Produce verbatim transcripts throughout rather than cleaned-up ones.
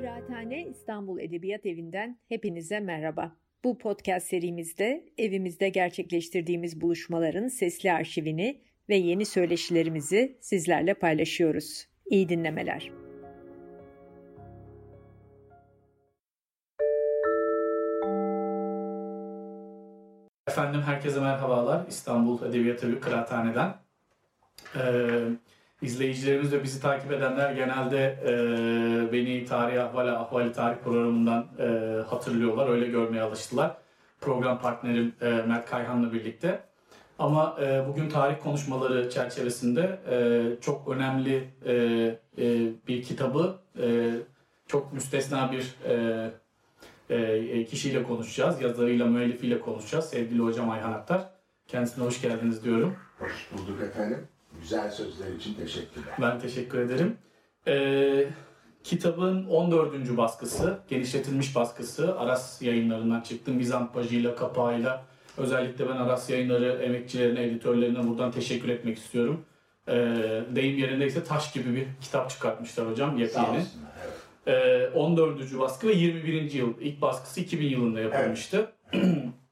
Kıraathane İstanbul Edebiyat Evi'nden hepinize merhaba. Bu podcast serimizde evimizde gerçekleştirdiğimiz buluşmaların sesli arşivini ve yeni söyleşilerimizi sizlerle paylaşıyoruz. İyi dinlemeler. Efendim herkese merhabalar. İstanbul Edebiyat Evi Kıraathane'den. Ee, izleyicilerimiz ve bizi takip edenler genelde e, beni Tarih Ahval Ahvali Tarih programından e, hatırlıyorlar. Öyle görmeye alıştılar. Program partnerim e, Mert Kayhan'la birlikte. Ama e, bugün tarih konuşmaları çerçevesinde e, çok önemli e, e, bir kitabı, e, çok müstesna bir e, e, kişiyle konuşacağız. Yazarıyla, müellifiyle konuşacağız. Sevgili hocam Ayhan Aktar. Kendisine hoş geldiniz diyorum. Hoş bulduk efendim. Güzel sözler için teşekkürler. Ben teşekkür ederim. Ee, kitabın on dördüncü baskısı, genişletilmiş baskısı Aras Yayınları'ndan çıktı. Mizantpajıyla, kapağıyla. Özellikle ben Aras Yayınları emekçilerine, editörlerine buradan teşekkür etmek istiyorum. Ee, deyim yerindeyse taş gibi bir kitap çıkartmışlar hocam, yepyeni. Sağ olsunlar, evet. Ee, on dördüncü baskı ve yirmi birinci yıl. İlk baskısı iki bin yılında yapılmıştı. Evet.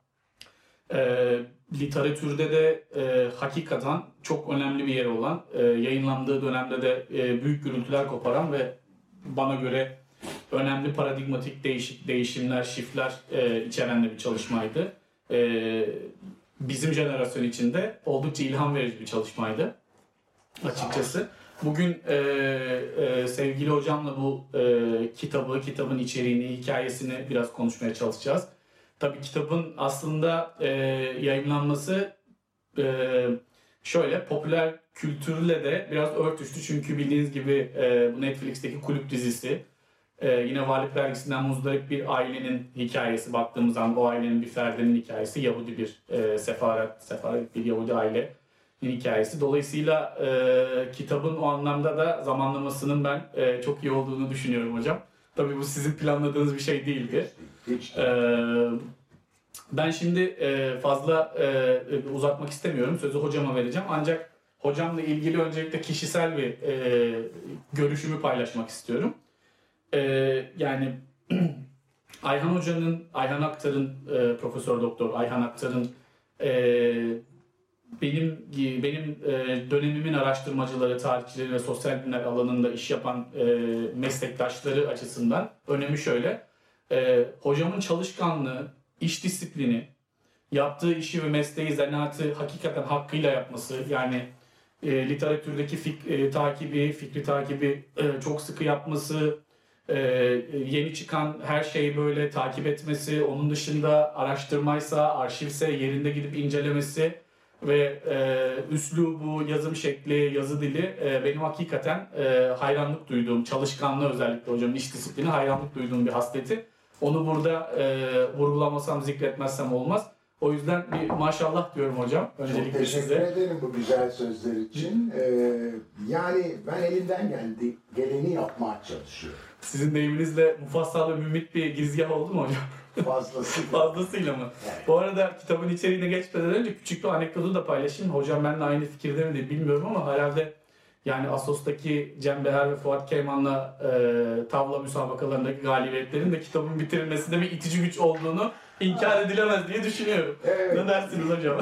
ee, literatürde de e, hakikaten çok önemli bir yeri olan, e, yayınlandığı dönemde de e, büyük gürültüler koparan ve bana göre önemli paradigmatik değişik değişimler, shiftler e, içeren de bir çalışmaydı. E, bizim jenerasyon için de oldukça ilham verici bir çalışmaydı açıkçası. Bugün e, e, sevgili hocamla bu e, kitabı, kitabın içeriğini, hikayesini biraz konuşmaya çalışacağız. Tabii kitabın aslında e, yayınlanması e, şöyle popüler kültürle de biraz örtüştü. Çünkü bildiğiniz gibi e, bu Netflix'teki Kulüp dizisi e, yine Varlık Vergisi'nden muzdarip bir ailenin hikayesi. Baktığımız zaman o ailenin bir ferdinin hikayesi. Yahudi bir e, sefaret, sefaret bir Yahudi aile hikayesi. Dolayısıyla e, kitabın o anlamda da zamanlamasının ben e, çok iyi olduğunu düşünüyorum hocam. Tabii bu sizin planladığınız bir şey değildi. Hiç değil. Ee, ben şimdi e, fazla e, uzatmak istemiyorum. Sözü hocama vereceğim. Ancak hocamla ilgili öncelikle kişisel bir e, görüşümü paylaşmak istiyorum. E, yani Ayhan Hoca'nın, Ayhan Aktar'ın, e, Profesör Doktor Ayhan Aktar'ın e, benim benim e, dönemimin araştırmacıları, tarihçileri ve sosyal bilimler alanında iş yapan e, meslektaşları açısından önemi şöyle. E, hocamın çalışkanlığı, iş disiplini, yaptığı işi ve mesleği, zanaatı hakikaten hakkıyla yapması, yani e, literatürdeki fik, e, takibi, fikri takibi e, çok sıkı yapması, e, yeni çıkan her şeyi böyle takip etmesi, onun dışında araştırmaysa, arşivse yerinde gidip incelemesi ve e, üslubu, yazım şekli, yazı dili e, benim hakikaten e, hayranlık duyduğum, çalışkanlığı özellikle hocamın iş disiplini hayranlık duyduğum bir hasleti. Onu burada e, vurgulamasam, zikretmezsem olmaz. O yüzden bir maşallah diyorum hocam. Öncelikle çok teşekkür size. ederim bu güzel sözler için. Ee, yani ben elimden geldi, geleni yapmaya çalışıyorum. Sizin deyiminizle mufassal ve mümit bir girizgah oldu mu hocam? Fazlasıyla. Fazlasıyla mı? Evet. Bu arada kitabın içeriğine geçmeden önce küçük bir anekdotu da paylaşayım. Hocam benimle aynı fikirde mi diye bilmiyorum ama herhalde yani Assos'taki Cem Beher ve Fuat Keyman'la e, tavla müsabakalarındaki galibiyetlerin de kitabın bitirilmesinde bir itici güç olduğunu inkar edilemez diye düşünüyorum. Evet. Ne dersiniz hocam?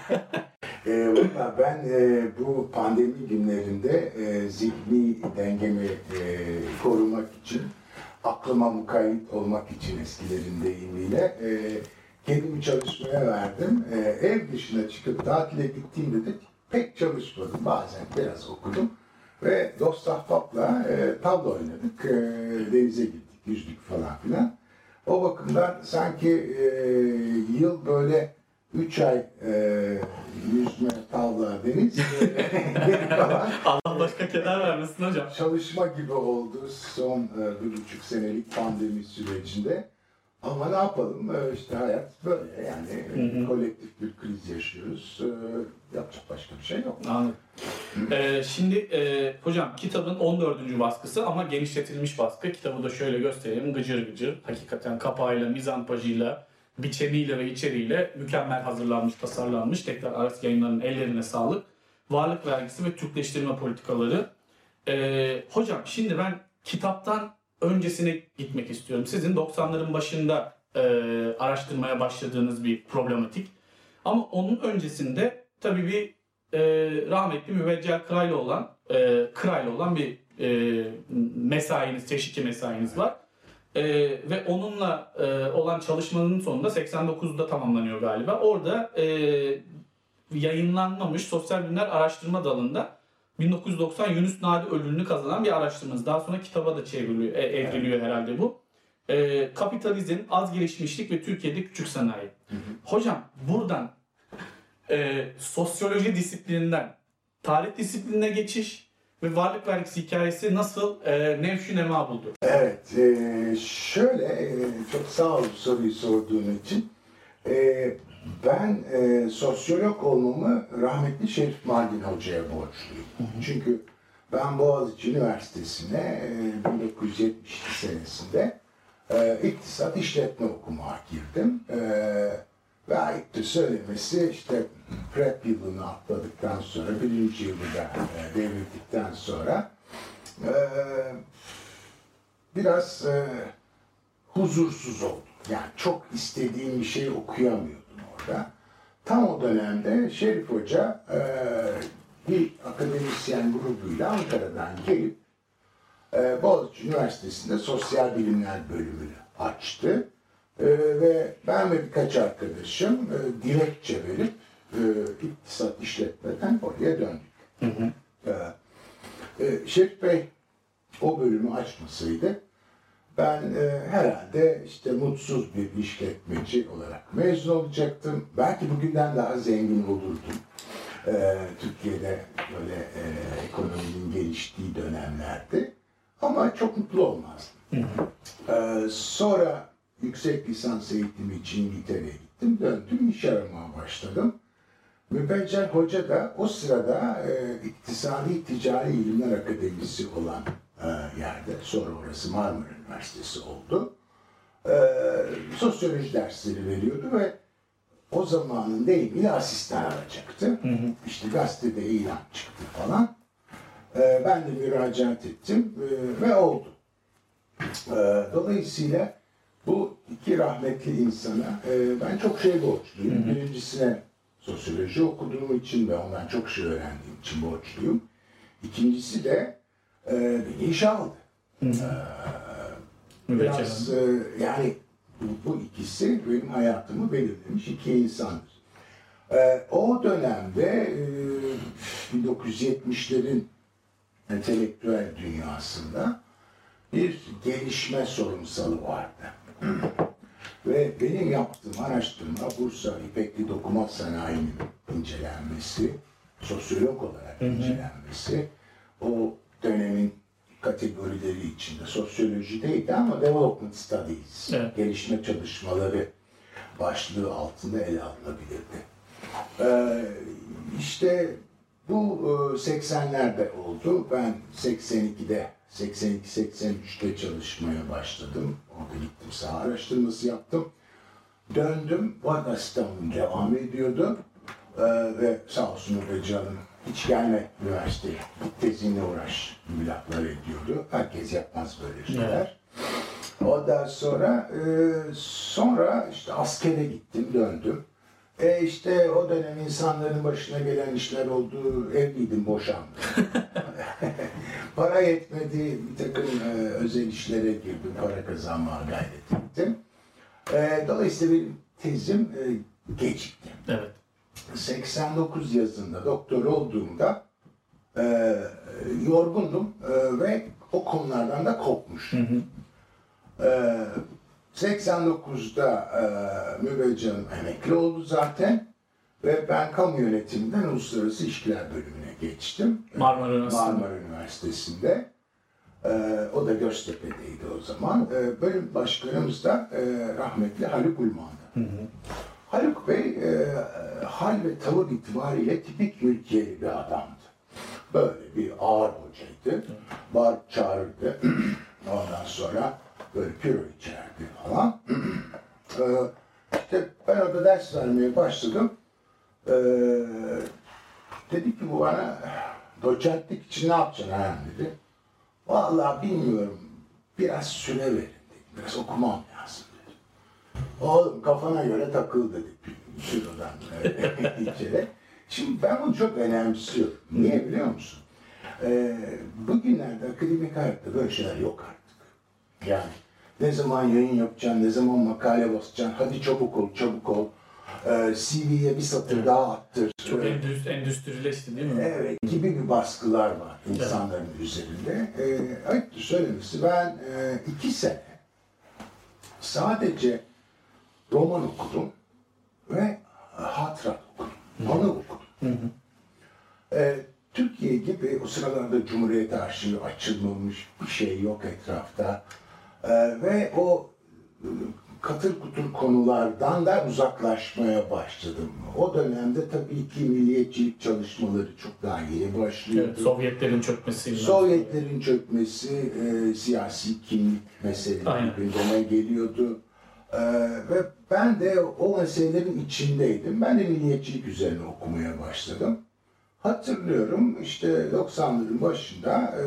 e, ben e, bu pandemi günlerinde e, zihni dengemi e, korumak için, aklıma mukayyet olmak için eskilerin deyimiyle e, kendimi çalışmaya verdim. E, ev dışına çıkıp tatile gittiğimde de pek çalışmadım. Bazen biraz okudum ve dost ahbapla e, tavla oynadık. E, denize gittik, yüzdük falan filan. O bakımdan sanki e, yıl böyle üç ay e, yüzme, tavla, deniz geri kalan. Allah başka keder vermesin hocam. Çalışma gibi oldu son e, bir buçuk senelik pandemi sürecinde. Ama ne yapalım, işte hayat böyle yani, hı hı. Kolektif bir kriz yaşıyoruz, ee, yapacak başka bir şey yok. Anladım. ee, şimdi e, hocam kitabın on dördüncü baskısı ama genişletilmiş baskı. Kitabı da şöyle göstereyim, gıcır gıcır, hakikaten kapağıyla, mizanpajıyla, biçemiyle ve içeriğiyle mükemmel hazırlanmış, tasarlanmış. Tekrar Aras Yayınları'nın ellerine sağlık. Varlık vergisi ve Türkleştirme politikaları. Ee, hocam şimdi ben kitaptan öncesine gitmek istiyorum. Sizin doksanların başında e, araştırmaya başladığınız bir problematik. Ama onun öncesinde tabii bir e, rahmetli Mübeccel Kıraylı olan, e, Kıraylı olan bir e, mesainiz, teşvikçi mesainiz var. E, ve onunla e, olan çalışmanın sonunda seksen dokuzda tamamlanıyor galiba. Orada e, yayınlanmamış sosyal bilimler araştırma dalında bin dokuz yüz doksan Yunus Nadi ödülünü kazanan bir araştırmanız. Daha sonra kitaba da çevriliyor, e, evriliyor evet. herhalde bu. E, kapitalizm, az gelişmişlik ve Türkiye'de küçük sanayi. Hı hı. Hocam buradan e, sosyoloji disiplininden tarih disiplinine geçiş ve varlık vergisi hikayesi nasıl e, nevşü nema buldu? Evet, e, şöyle e, çok sağ ol soruyu sorduğun için. E, ben e, sosyolog olmamı rahmetli Şerif Mardin Hoca'ya borçluyum. Hı hı. Çünkü ben Boğaziçi Üniversitesi'ne e, bin dokuz yüz yetmiş senesinde e, iktisat işletme okumaya girdim. E, ve ayıptır söylemesi işte prep yılını atladıktan sonra, birinci yılı da e, devirdikten sonra e, biraz e, huzursuz oldum. Yani çok istediğim bir şey okuyamıyordum orada. Tam o dönemde Şerif Hoca e, bir akademisyen grubuyla Ankara'dan gelip e, Boğaziçi Üniversitesi'nde Sosyal Bilimler bölümünü açtı. E, ve ben ve birkaç arkadaşım e, dilekçe verip e, iktisat işletmeden oraya döndük. Hı hı. E, e, Şerif Bey o bölümü açmasaydı ben e, herhalde işte mutsuz bir işletmeci olarak mezun olacaktım. Belki bugünden daha zengin olurdum. E, Türkiye'de böyle e, ekonominin geliştiği dönemlerde. Ama çok mutlu olmazdım. E, sonra yüksek lisans eğitimi için İngiltere'ye gittim. Döndüm, iş aramaya başladım. Mübeccel Hoca da o sırada e, İktisadi Ticari İlimler Akademisi olan yerde, sonra orası Marmara Üniversitesi oldu. Ee, sosyoloji dersleri veriyordu ve o zamanın deyimiyle asistan alacaktı. Hı hı. İşte gazetede ilan çıktı falan. Ee, ben de müracaat ettim ee, ve oldu. Ee, dolayısıyla bu iki rahmetli insana e, ben çok şey borçluyum. Hı hı. Birincisine sosyoloji okuduğum için ve ondan çok şey öğrendiğim için borçluyum. İkincisi de e, beni işe aldı. Hı hı. Ee, biraz e, yani bu, bu ikisi benim hayatımı belirlemiş iki insandır. Ee, o dönemde e, bin dokuz yüz yetmişlerin entelektüel dünyasında bir gelişme sorunsalı vardı. Ve benim yaptığım araştırma Bursa İpekli Dokuma Sanayi'nin incelenmesi, sosyolog olarak hı hı. incelenmesi, o dönemin kategorileri içinde sosyolojideydi ama development studies, evet. gelişme çalışmaları başlığı altında ele alınabilirdi. Ee, işte bu seksenlerde oldu. Ben seksen ikide, seksen iki seksen üçte çalışmaya başladım. Orada gittim, saha araştırması yaptım. Döndüm, Vard asistanlığım devam ediyordu. Ee, ve sağ olsun Mübeccel Hanım, hiç gelme üniversiteye, tezinle uğraş gibi laflar ediyordu. Herkes yapmaz böyle şeyler. Evet. Ondan sonra, e, sonra işte askere gittim, döndüm. E işte o dönem insanların başına gelen işler oldu, evliydim, boşandım. Para yetmedi, bir takım e, özel işlere girdim, para kazanmaya gayret ettim. E, dolayısıyla benim tezim e, gecikti. Evet. seksen dokuz yazında doktor olduğumda e, yorgundum e, ve o konulardan da kopmuştum. Hı hı. E, seksen dokuzda e, Mübeccel Hanım emekli oldu zaten ve ben kamu yönetiminden uluslararası ilişkiler bölümüne geçtim. Marmara Üniversitesi'nde. Marmara Üniversitesi'nde. E, o da Göztepe'deydi o zaman. E, bölüm başkanımız da e, rahmetli Haluk Ulman'dı. Hı hı. Haluk Bey e, hal ve tavır itibariyle tipik mülkiyeli bir adamdı. Böyle bir ağır hocaydı. Bağır çağırırdı. Ondan sonra böyle püro içerdi falan. e, işte ben orada ders vermeye başladım. E, dedi ki bu bana doçentlik için ne yapacaksın ha dedi. Vallahi bilmiyorum. biraz süre verin dedim. Biraz okumam lazım dedim. Oğlum kafana göre takıl dedik. Şuradan içeri. Şimdi ben bunu çok önemsiyorum. Niye biliyor musun? Ee, bugünlerde akademik hayatta böyle şeyler yok artık. Yani ne zaman yayın yapacaksın, ne zaman makale basacaksın, hadi çabuk ol, çabuk ol. Ee, C V'ye bir satır evet. daha attır. Çok endüstri, endüstrileşti değil mi? Evet, gibi bir baskılar var insanların evet. üzerinde. Ee, ayıptır söylemesi, ben e, iki sene sadece roman okudum ve hatırat okudum, anı okudum. Hı hı. Ee, Türkiye gibi o sıralarda Cumhuriyet Arşivi açılmamış, bir şey yok etrafta. Ee, ve o katır kutur konulardan da uzaklaşmaya başladım. O dönemde tabii ki milliyetçilik çalışmaları çok daha yeni başlıyordu. Evet, Sovyetlerin çökmesiyle. Sovyetlerin çökmesi, e, siyasi kimlik meseleleri gündeme geliyordu. E, ve ben de o meselelerin içindeydim. Ben de milliyetçilik üzerine okumaya başladım. Hatırlıyorum işte doksanların başında e,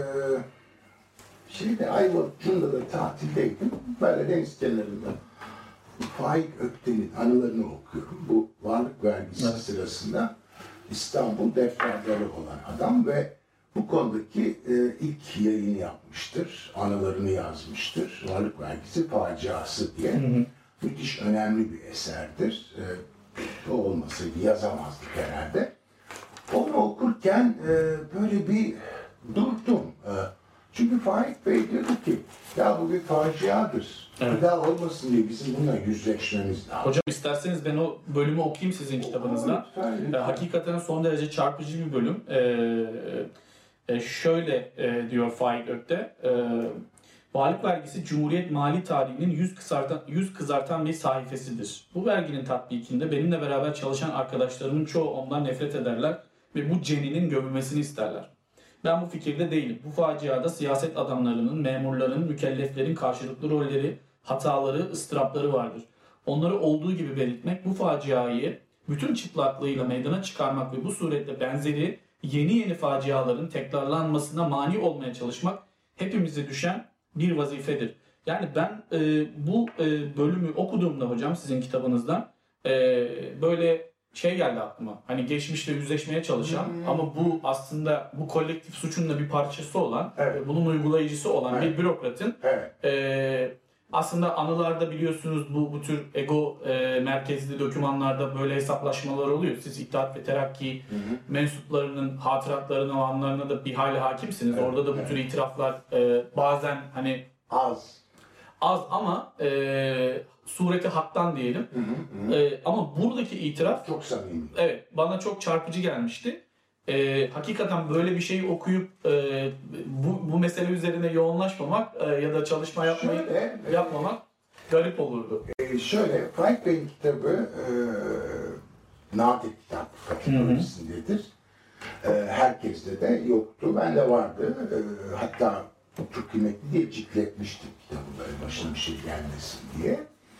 şeyde Ayvalık Cunda'da tatildeydim. Böyle deniz kenarında Faik Ökten'in anılarını okuyorum. Bu varlık vergisi evet. sırasında İstanbul defterleri olan adam ve bu konudaki e, ilk yayını yapmıştır. Anılarını yazmıştır. Varlık vergisi faciası diye. Hı hı. Müthiş önemli bir eserdir. E, o olmasaydı yazamazdık herhalde. Onu okurken e, böyle bir durdum. E, çünkü Faik Bey diyordu ki, ya bu bir faciadır. Evet. Bir daha olmasın diye bizim bununla yüzleşmemiz lazım. Hocam isterseniz ben o bölümü okuyayım sizin kitabınızdan. E, hakikaten son derece çarpıcı bir bölüm. E, e, şöyle e, diyor Faik Ökte. E, Varlık vergisi Cumhuriyet mali tarihinin yüz kızartan, yüz kızartan bir sayfasıdır. Bu verginin tatbikinde benimle beraber çalışan arkadaşlarımın çoğu ondan nefret ederler ve bu ceninin gömülmesini isterler. Ben bu fikirde değilim. Bu faciada siyaset adamlarının, memurların, mükelleflerin karşılıklı rolleri, hataları, ıstırapları vardır. Onları olduğu gibi belirtmek, bu faciayı bütün çıplaklığıyla meydana çıkarmak ve bu suretle benzeri yeni yeni faciaların tekrarlanmasına mani olmaya çalışmak hepimize düşen bir vazifedir. Yani ben e, bu e, bölümü okuduğumda hocam sizin kitabınızdan e, böyle şey geldi aklıma. Hani geçmişle yüzleşmeye çalışan hmm. ama bu aslında bu kolektif suçun da bir parçası olan, evet. bunun uygulayıcısı olan evet. bir bürokratın evet. e, aslında anılarda biliyorsunuz bu bu tür ego e, merkezli dokümanlarda böyle hesaplaşmalar oluyor. Siz İttihat ve Terakki hmm. mensuplarının hatıratlarına, o anlarına da bir hali hakimsiniz. Evet. Orada da bu evet. tür itiraflar e, bazen hani az az ama e, sureti haktan diyelim. Hı hı hı. E, ama buradaki itiraf çok samimi. Evet, bana çok çarpıcı gelmişti. E, hakikaten böyle bir şeyi okuyup e, bu bu mesele üzerine yoğunlaşmamak e, ya da çalışma yapmayı şöyle, yapmamak e, garip olurdu. E, şöyle, Faik Bey'in kitabı e, nadir kitap kategorisindedir. E, herkeste de yoktu. Bende vardı. E, hatta çok kıymetli diye cikletmiştim kitabı böyle başına bir şey gelmesin diye.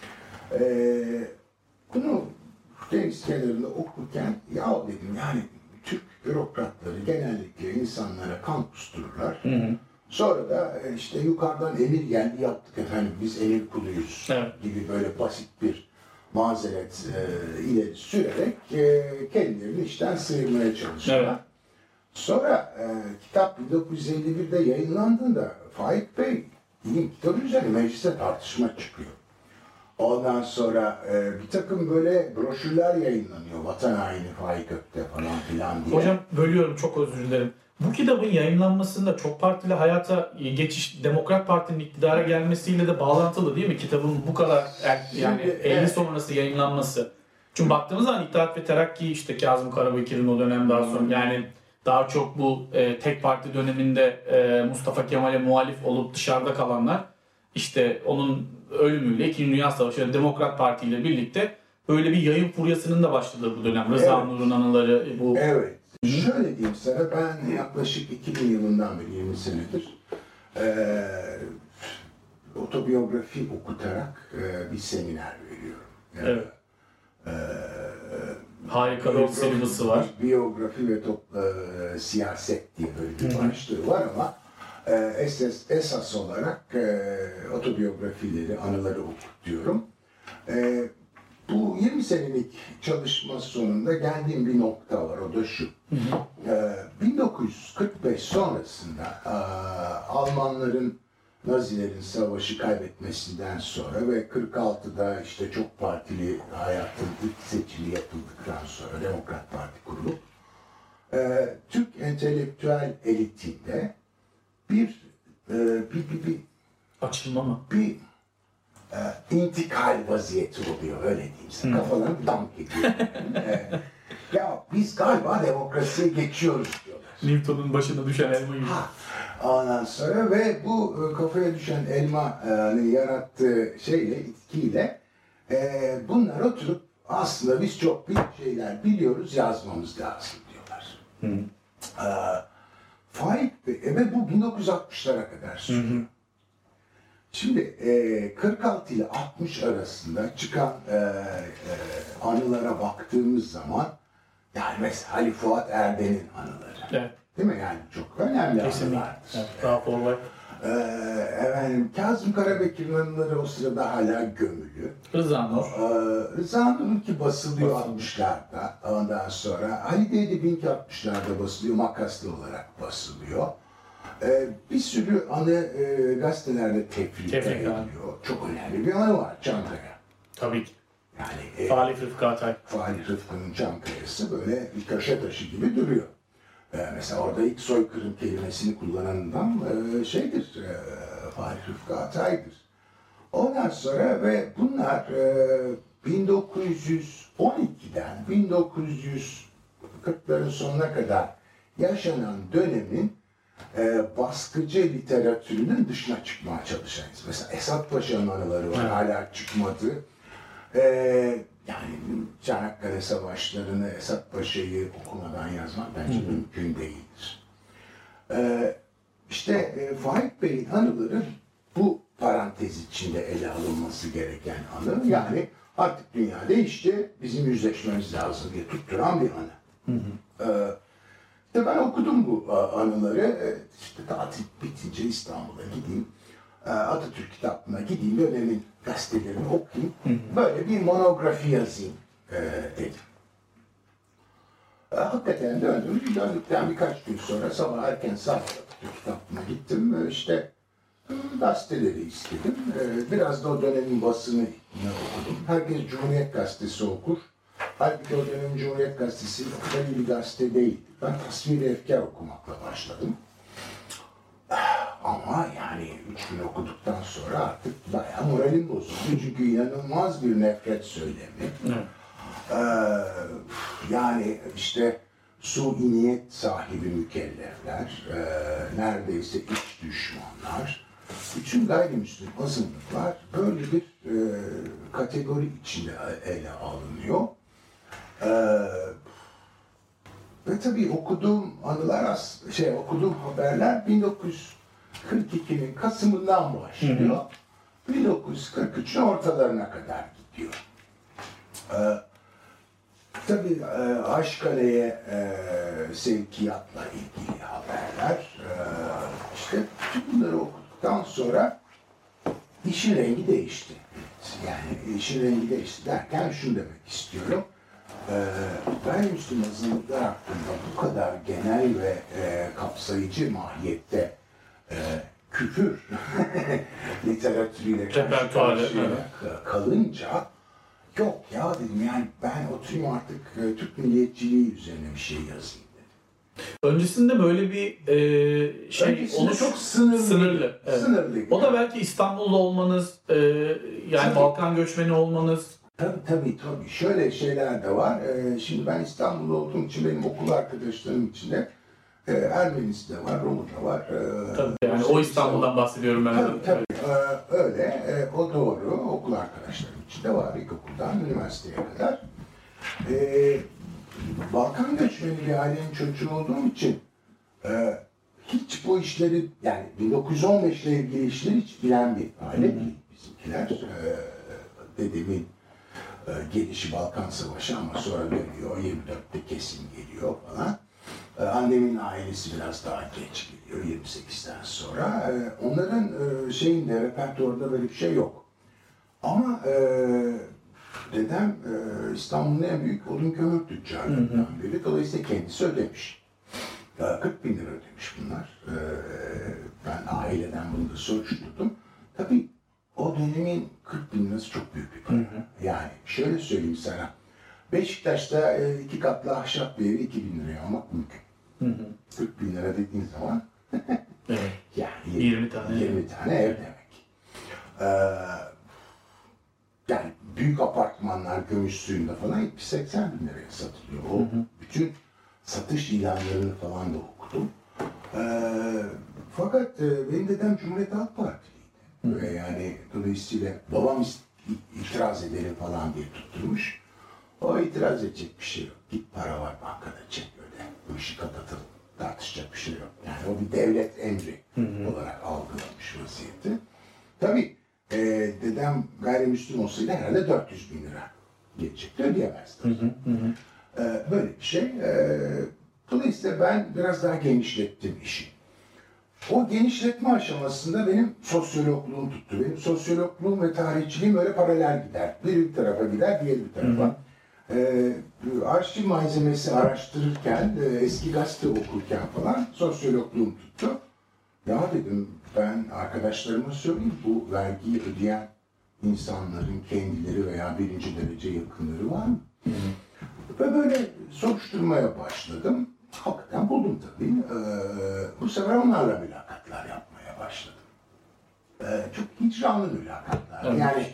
Ee, bunu deniz kenarında okurken ya dedim yani Türk bürokratları genellikle insanlara kan kustururlar. Hı hı. Sonra da işte yukarıdan emir geldi yaptık efendim biz emir kuluyuz evet. gibi böyle basit bir mazeret e, ileri sürerek e, kendilerini işten sıyırmaya çalışıyorlar. Evet. Sonra e, kitap bin dokuz yüz elli birde yayınlandığında Faik Bey kitabın üzerine meclise tartışma çıkıyor. Ondan sonra e, bir takım böyle broşürler yayınlanıyor. Vatan haini Faik Ökte falan filan diye. Hocam bölüyorum çok özür dilerim. Bu kitabın yayınlanmasında çok partili hayata geçiş, Demokrat Parti'nin iktidara gelmesiyle de bağlantılı değil mi? Kitabın bu kadar yani Şimdi, elli evet. sonrası yayınlanması. Çünkü baktığımız zaman İttihat ve Terakki işte Kazım Karabekir'in o dönem daha sonra yani daha çok bu e, tek parti döneminde e, Mustafa Kemal'e muhalif olup dışarıda kalanlar işte onun ölümüyle İkinci Dünya Savaşı Demokrat Parti ile birlikte böyle bir yayın furyasının da başladığı bu dönem. Rıza evet. Nur'un anıları bu. Evet. Hı-hı. Şöyle diyeyim sana ben yaklaşık iki bin yılından beri yirmi senedir e, otobiyografi okutarak e, bir seminer veriyorum. Yani, evet. E, Harika bir sineması var. Biyografi ve topla, e, siyaset diye böyle bir başlığı var ama e, esas, esas olarak e, otobiyografileri, anıları okutuyorum. E, bu yirmi senelik çalışma sonunda geldiğim bir nokta var, o da şu. Hı hı. E, bin dokuz yüz kırk beş sonrasında e, Almanların Nazilerin savaşı kaybetmesinden sonra ve kırk altıda işte çok partili hayatın ilk seçimi yapıldıktan sonra Demokrat Parti kurulup e, Türk entelektüel elitinde bir e, bir bir, bir açılma mı? Bir e, intikal vaziyeti oluyor, öyle diyeyim size. Hmm. Kafalarını dank ediyor. e, ya biz galiba demokrasiye geçiyoruz diyorlar. Newton'un başına düşen elma gibi. Ha. Ondan sonra ve bu kafaya düşen elmanın yarattığı şeyle, itkiyle e, bunlar oturup aslında biz çok büyük şeyler biliyoruz, yazmamız lazım diyorlar. Hı. E, Faik Bey, e, ve bu bin dokuz yüz altmışlara kadar sürüyor. Hı hı. Şimdi e, kırk altı ile altmış arasında çıkan e, e, anılara baktığımız zaman, yani mesela Ali Fuat Erden'in anıları. Evet. Değil mi? Yani çok önemli anılardır. Evet, daha forward. Ee, efendim, Kazım Karabekir'in anıları o sırada hala gömülü. Rıza Nur. Ee, Rıza Nur'unki basılıyor altmışlarda. Ondan sonra Ali Edip'inki altmışlarda basılıyor, makaslı olarak basılıyor. Ee, bir sürü anı e, gazetelerde tefrika ediliyor. Çok önemli bir anı var, Çankaya. Tabii ki. Yani, Falih Rıfkı Atay. Falih Rıfkı'nın Çankaya'sı böyle bir köşe taşı gibi duruyor. Ee, mesela orada ilk soykırım kelimesini kullanan adam e, şeydir, e, Falih Rıfkı Atay'dır. Ondan sonra ve bunlar e, bin dokuz yüz on ikiden bin dokuz yüz kırkların sonuna kadar yaşanan dönemin e, baskıcı literatürünün dışına çıkmaya çalışanız. Mesela Esat Paşa'nın anıları var, hala çıkmadı. E, yani Çanakkale Savaşları'nı, Esat Paşa'yı okumadan yazmak bence Hı-hı. mümkün değildir. E, işte e, Faik Bey'in anıları bu parantez içinde ele alınması gereken anı. Yani artık dünya değişti, bizim yüzleşmemiz lazım diye tutturan bir anı. Hı hı. E, işte ben okudum bu anıları. İşte tatil bitince İstanbul'a gideyim, Atatürk kitabına gideyim, dönemin gazetelerini okuyayım, hı hı. böyle bir monografi yazayım e, dedim. E, hakikaten döndüm. Döndükten birkaç gün sonra sabah erken saatte Atatürk kitabına gittim. İşte gazeteleri istedim. E, biraz da o dönemin basını okudum. Herkes Cumhuriyet Gazetesi okur. Halbuki o dönem Cumhuriyet Gazetesi o kadar iyi bir gazete değildi. Ben Tasvir-i Efkar okumakla başladım. Ama yani üç gün okuduktan sonra artık bayağı moralim bozuldu. Çünkü inanılmaz bir nefret söylemi. Ee, yani işte su-i niyet sahibi mükellefler, e, neredeyse iç düşmanlar, bütün gayrimüslim azınlıklar böyle bir e, kategori içinde ele alınıyor. Ee, ve tabii okuduğum anılar, az, şey okuduğum haberler bin dokuz yüz kırk ikinin Kasım'ından başlıyor. Hı hı. bin dokuz yüz kırk üçün ortalarına kadar gidiyor. Ee, tabii e, Aşkale'ye e, sevkiyatla ilgili haberler. E, işte bütün bunları okuduktan sonra işin rengi değişti. Yani işin rengi değişti derken şunu demek istiyorum. Ee, gayrimüslim azınlıklar hakkında bu kadar genel ve e, kapsayıcı mahiyette e, küfür literatürüyle karşı karşıya kalınca yok ya dedim, yani ben oturayım artık e, Türk milliyetçiliği üzerine bir şey yazayım dedim. Öncesinde böyle bir e, şey Öncesinde onu çok sınırlı. Sınırlı. Evet. sınırlı o da belki İstanbul'da olmanız, e, yani tabii. Balkan göçmeni olmanız. Tabii tabii tabii. Şöyle şeyler de var. Ee, şimdi ben İstanbul'da olduğum için benim okul arkadaşlarım içinde e, Ermenisi de var, Romu da var. E, tabii yani o İstanbul'dan bahsediyorum ben. Tabii tabii. Ee, öyle. E, o doğru. Okul arkadaşlarım içinde var. İlkokuldan üniversiteye kadar. E, Balkan göçmeni bir ailenin çocuğu olduğum için e, hiç bu işleri, yani bin dokuz yüz on beş ile ilgili işleri hiç bilen bir aile değil bizimkiler. E, dedemin gelişi Balkan Savaşı ama sonra dönüyor, yirmi dörtte kesin geliyor falan. Annemin ailesi biraz daha geç geliyor, yirmi sekizden sonra. Onların şeyinde, repertuarında böyle bir şey yok. Ama e, dedem e, İstanbul'un en büyük odun kömür tüccarlarından biri. Dolayısıyla kendisi ödemiş. Ya, kırk bin lira ödemiş bunlar. E, ben aileden bunu da soruşturdum. Tabii o dönemin kırk bin lirası çok büyük bir para. Hı hı. Yani şöyle söyleyeyim sana. Beşiktaş'ta e, iki katlı ahşap bir evi iki bin liraya almak mümkün. Hı hı. kırk bin lira dediğin zaman evet. yani yirmi, yirmi tane, yirmi tane ev demek. Ee, yani büyük apartmanlar gümüş suyunda falan yetmiş seksen bin liraya satılıyor. O hı hı. bütün satış ilanlarını falan da okudum. Ee, fakat e, benim dedem Cumhuriyet Halk Partiliydi. Ve yani dolayısıyla babam itiraz edelim falan diye tutturmuş. O itiraz edecek bir şey yok. Git para var bankada çek öyle. Bu işi kapatalım. Tartışacak bir şey yok. Yani o bir devlet emri hı hı. olarak algılamış vaziyeti. Tabii e, dedem gayrimüslim olsaydı herhalde dört yüz bin lira gelecekti. Ödeyemezdi. Hı hı hı. E, böyle bir şey. E, dolayısıyla ben biraz daha genişlettim işi. O genişletme aşamasında benim sosyologluğum tuttu. Benim sosyologluğum ve tarihçiliğim öyle paralel gider. Biri bir tarafa gider, diğeri bir tarafa. Hı hı. Ee, arşiv malzemesi araştırırken, e, eski gazete okurken falan sosyologluğum tuttu. Ya dedim ben arkadaşlarıma söyleyeyim, bu vergiyi ödeyen insanların kendileri veya birinci derece yakınları var mı? Hı hı. Ve böyle soruşturmaya başladım. Hakikaten buldum tabii. Ee, bu sefer onlarla mülakatlar yapmaya başladım. Ee, çok hicranlı mülakatlar. Evet, yani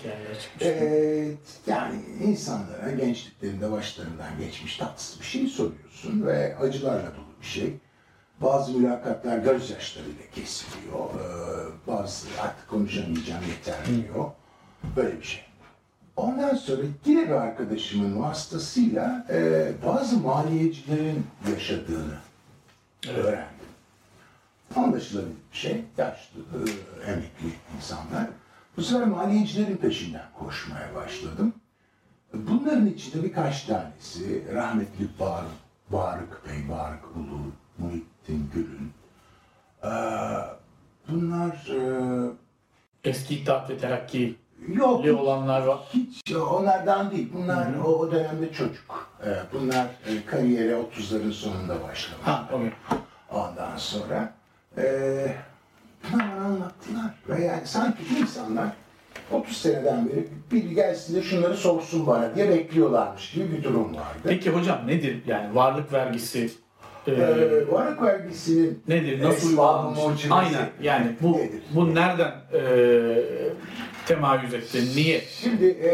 e, yani insanlara gençliklerinde başlarından geçmiş tatsız bir şey soruyorsun ve acılarla dolu bir şey. Bazı mülakatlar gözyaşlarıyla kesiliyor. Ee, bazı artık konuşamayacağım yeter diyor. Böyle bir şey. Ondan sonra yine bir arkadaşımın vasıtasıyla e, bazı maliyecilerin yaşadığını evet. öğrendim. Anlaşılabilir bir şey. Yaşlı, e, emekli insanlar. Bu sefer maliyecilerin peşinden koşmaya başladım. Bunların içinde birkaç tanesi rahmetli Bar, Barık Bey, Barık Ulu, Muhittin Gül'ün. Ee, bunlar... E, Eski İttihat ve Terakki Yok, olanlar var. Hiç onlardan değil. Bunlar hı hı. O, o dönemde çocuk. Ee, bunlar e, kariyere otuzların sonunda başlamışlar. Ha, okay. Ondan sonra e, bunlar anlattılar. Ve yani sanki insanlar otuz seneden beri biri gelsin de şunları sorsun bana diye bekliyorlarmış gibi bir durum vardı. Peki hocam nedir yani varlık vergisi? E, ee, varlık vergisinin nedir? Nasıl uygulanmış? Aynen yani bu nedir? Bu nereden e, temayüz etti? Niye? Şimdi e,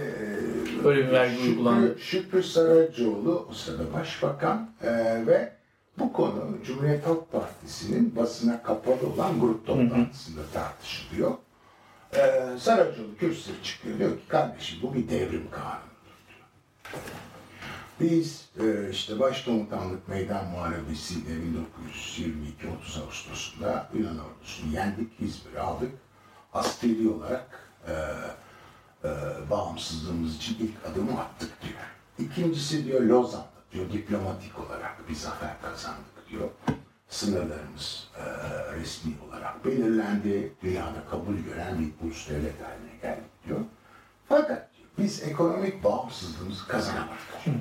böyle bir vergi Şükrü, uygulandı? Şükrü Saracoğlu o sırada başbakan e, ve bu konu Cumhuriyet Halk Partisi'nin basına kapalı olan grup toplantısında tartışılıyor. E, Saracoğlu kürsüye çıkıyor, diyor ki kardeşim bu bir devrim kanunudur diyor. Biz e, işte Başkomutanlık Meydan Muharebesi'yle bin dokuz yüz yirmi iki otuz Ağustos'unda Yunan ordusunu yendik, İzmir'i aldık. Askeri olarak e, e, bağımsızlığımız için ilk adımı attık diyor. İkincisi diyor Lozan'da diyor diplomatik olarak bir zafer kazandık diyor. Sınırlarımız e, resmi olarak belirlendi. Dünyada kabul gören bir ulus devlet haline geldik diyor. Fakat diyor, biz ekonomik bağımsızlığımızı kazanamadık. Hı.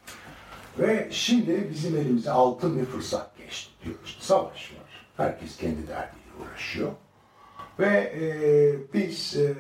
Ve şimdi bizim elimize altın bir fırsat geçti diyor. İşte savaş var. Herkes kendi derdiyle uğraşıyor. Ve e, biz e,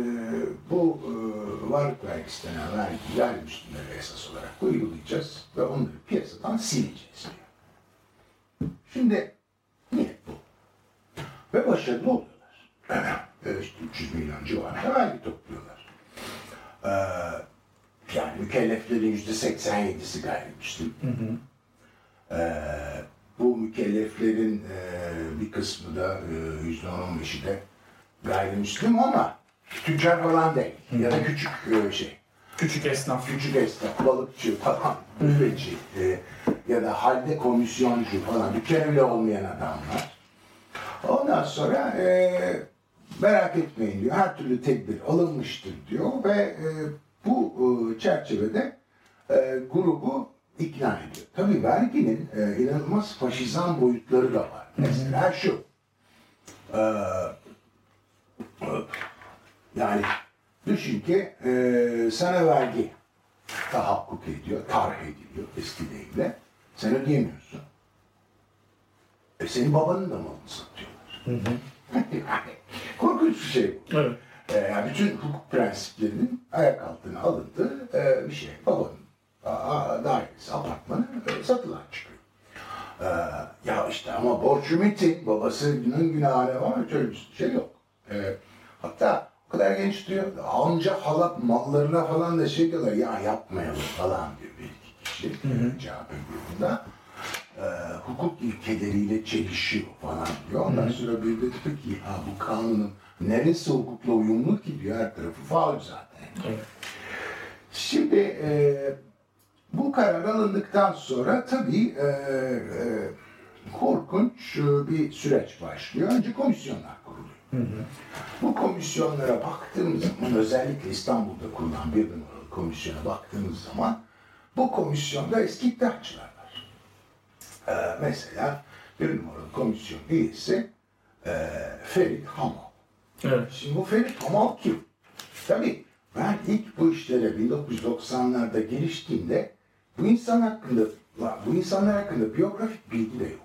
bu e, varlık vergisi denen vergi gayrimüslimlere esas olarak uygulayacağız ve onları piyasadan sileceğiz diyor. Şimdi niyet bu. Ve başarılı oluyorlar. Evet, işte üç yüz milyon civarında vergi topluyorlar. Ee, yani mükelleflerin yüzde seksen yedisi gayrimüslim. Hı hı. Ee, bu mükelleflerin e, bir kısmı da yüzde on on beşi de gayrimüslim ama tüccar falan değil. Hı. Ya da küçük e, şey. Küçük esnaf. Küçük esnaf, balıkçı falan, büfeci e, ya da halde komisyoncu falan, dükkanı bile olmayan adamlar. Ondan sonra e, merak etmeyin diyor, her türlü tedbir alınmıştır diyor ve e, bu e, çerçevede e, grubu ikna ediyor. Tabii verginin e, inanılmaz faşizan boyutları da var. Mesela şu, e, yani düşün ki e, sana vergi tahakkuk ediyor, tarh ediliyor eski deyimle. Sen ödeyemiyorsun. E senin babanın da malını satıyorlar. Hı hı. Yani korkunç bir şey bu. Evet. E, yani bütün hukuk prensiplerinin ayak altına alındığı e, bir şey. Babanın a, dairesi, apartmanı e, satılan çıkıyor. E, ya işte ama borcu metin, babasının günahına var, öyle bir şey yok. E, hatta o kadar genç diyor, amca hala mallarına falan da şey diyorlar, ya yapmayalım falan diyor bir iki kişi cevap grubunda. E, hukuk ilkeleriyle çelişiyor falan diyor. Ondan sonra bir de diyor ki ya bu kanunun neresi hukukla uyumlu ki diyor, her tarafı faul zaten. Evet. Şimdi e, bu karar alındıktan sonra tabii e, e, korkunç bir süreç başlıyor. Önce komisyonlar kuruluyor. Hı hı. Bu komisyonlara baktığımız zaman, özellikle İstanbul'da kurulan bir numaralı komisyona baktığımız zaman bu komisyonda eski iddiaçılar var. Ee, mesela bir numaralı komisyon üyesi e, Ferit Hamal. Evet. Şimdi bu Ferit Hamal kim? Tabii ben ilk bu işlere bin dokuz yüz doksanlarda giriştiğimde bu insan hakkında, bu insanlar hakkında biyografik bilgi de yoktu.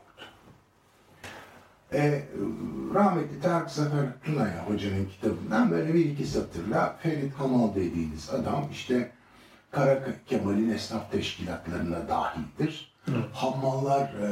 E, rahmetli Tarık Zafer Tunaya Hoca'nın kitabından böyle bir iki satırla Ferit Hamal dediğiniz adam işte Kara Kemal'in esnaf teşkilatlarına dahildir. Hı. Hamallar e,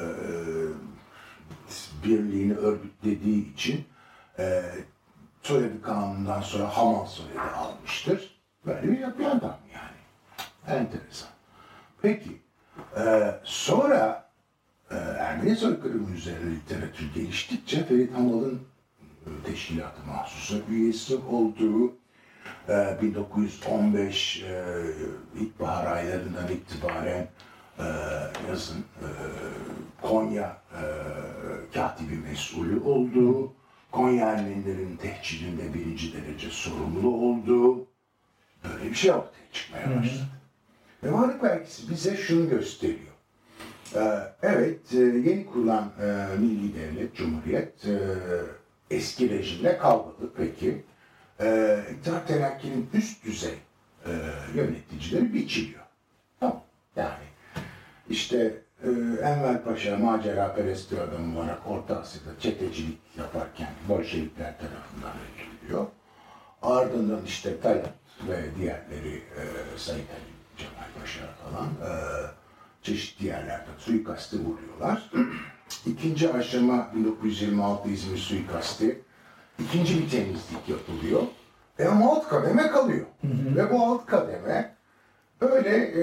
birliğini örgütlediği için e, soyadı kanundan sonra Hamal soyadı almıştır. Böyle bir yapı adam yani. Enteresan. Peki, e, sonra e, Ermeni soykırımı üzerine literatür geliştikçe Ferit Hamal'ın e, teşkilatı mahsusa üyesi olduğu, e, bin dokuz yüz on beş e, ilkbahar aylarından itibaren e, yazın e, Konya e, katibi mesulü olduğu, Konya Ermenilerin tehcirinde birinci derece sorumlu olduğu, böyle bir şey ortaya çıkmaya başladı. Ve varlık vergisi bize şunu gösteriyor. Ee, evet, yeni kurulan e, Milli Devlet, Cumhuriyet e, eski rejimle kavgalı peki. E, İttihat Terakki'nin üst düzey e, yöneticileri biçiliyor. Tamam, yani işte e, Enver Paşa maceraperest bir adam olarak Orta Asya'da çetecilik yaparken Bolşevikler tarafından öldürülüyor. Ardından işte Talat ve diğerleri e, Said Ali Cemal Paşa falan e, çeşitli yerlerde suikaste vuruyorlar. İkinci aşama bin dokuz yüz yirmi altı İzmir suikasti. İkinci bir temizlik yapılıyor. E ama alt kademe kalıyor. Hı hı. Ve bu alt kademe böyle e,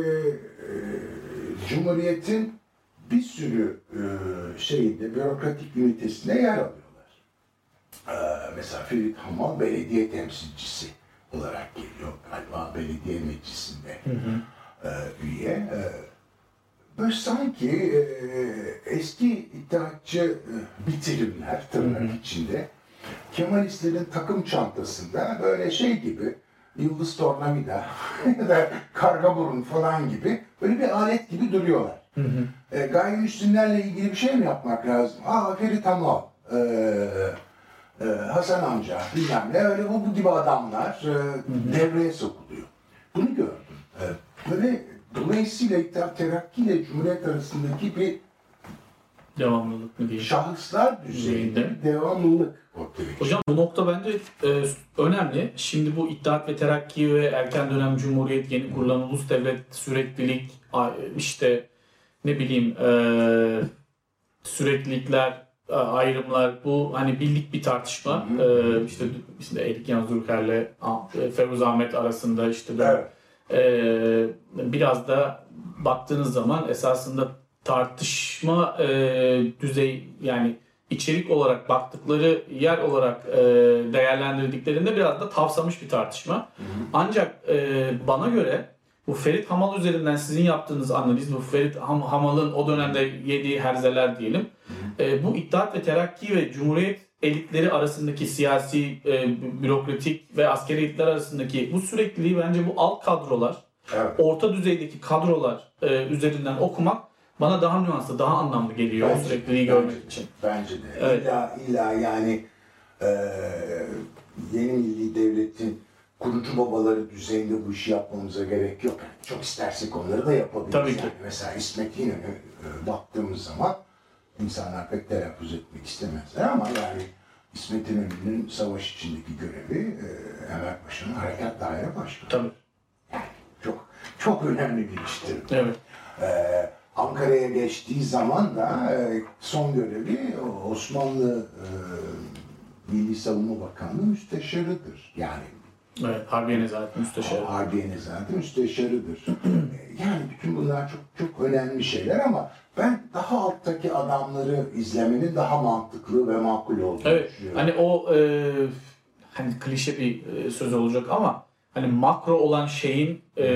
e, Cumhuriyet'in bir sürü e, şeyinde, bürokratik ünitesinde yer alıyorlar. E, mesela Ferit Hamal belediye temsilcisi olarak geliyor. Galiba belediye meclisinde hı hı. E, üye. E, böyle sanki e, eski iddiatçı e, bitirimler tırnak hı hı. içinde Kemalistlerin takım çantasında böyle şey gibi Yıldız Tornavida ya da Kargaburun falan gibi böyle bir alet gibi duruyorlar. Hı hı. E, gayrimüslimlerle ilgili bir şey mi yapmak lazım? Aa Ferit Hamal, e, e, Hasan amca bilmem ne öyle bu, bu gibi adamlar e, hı hı. devreye sokuluyor. Bunu gördüm. E, böyle dolayısıyla İttihat Terakki ile Cumhuriyet arasındaki bir devamlılık mı diyeyim? Şahıslar düzeyinde devamlılık ortaya. Hocam bu nokta bence e, önemli. Şimdi bu İttihat ve Terakki ve erken dönem Cumhuriyet, yeni kurulan ulus devlet, süreklilik, işte ne bileyim e, süreklilikler, ayrımlar, bu hani bildik bir tartışma. Hı hı. E, işte işte Erik Yalnız Ülker'le Feruz Ahmet arasında işte böyle, evet. e, biraz da baktığınız zaman esasında tartışma e, düzey, yani içerik olarak baktıkları yer olarak e, değerlendirdiklerinde biraz da tavsamış bir tartışma. Hı hı. Ancak e, bana göre bu Ferit Hamal üzerinden sizin yaptığınız analiz, bu Ferit Ham- Hamal'ın o dönemde yediği herzeler diyelim, hı hı. E, bu İttihat ve Terakki ve Cumhuriyet elitleri arasındaki siyasi, e, bürokratik ve askeri elitler arasındaki bu sürekliliği bence bu alt kadrolar Evet. Orta düzeydeki kadrolar e, üzerinden okumak bana daha nüanslı, daha anlamlı geliyor Bence, o sürekliliği görmek bence, için. Bence de. Evet. İlla, illa yani e, yeni milli devletin kurucu babaları düzeyinde bu işi yapmamıza gerek yok. Yani çok istersek onları da yapabiliriz. Tabii ki. Yani mesela İsmet İnönü e, baktığımız zaman insanlar pek telaffuz etmek istemezler ama yani İsmet İnönü'nün savaş içindeki görevi e, Enver Paşa'nın Harekat Daire Başkanı. Tabii. Yani çok çok önemli bir iştir. Evet. Ee, Ankara'ya geçtiği zaman da e, son görevi Osmanlı e, Milli Savunma Bakanlığı müsteşarıdır. Yani Evet, Harbiye Nezaret Müsteşarı. Harbiye Nezaret Müsteşarıdır. Yani bütün bunlar çok çok önemli şeyler ama ben daha alttaki adamları izlemenin daha mantıklı ve makul olduğunu Evet, düşünüyorum. hani o e, hani klişe bir e, söz olacak ama hani makro olan şeyin e,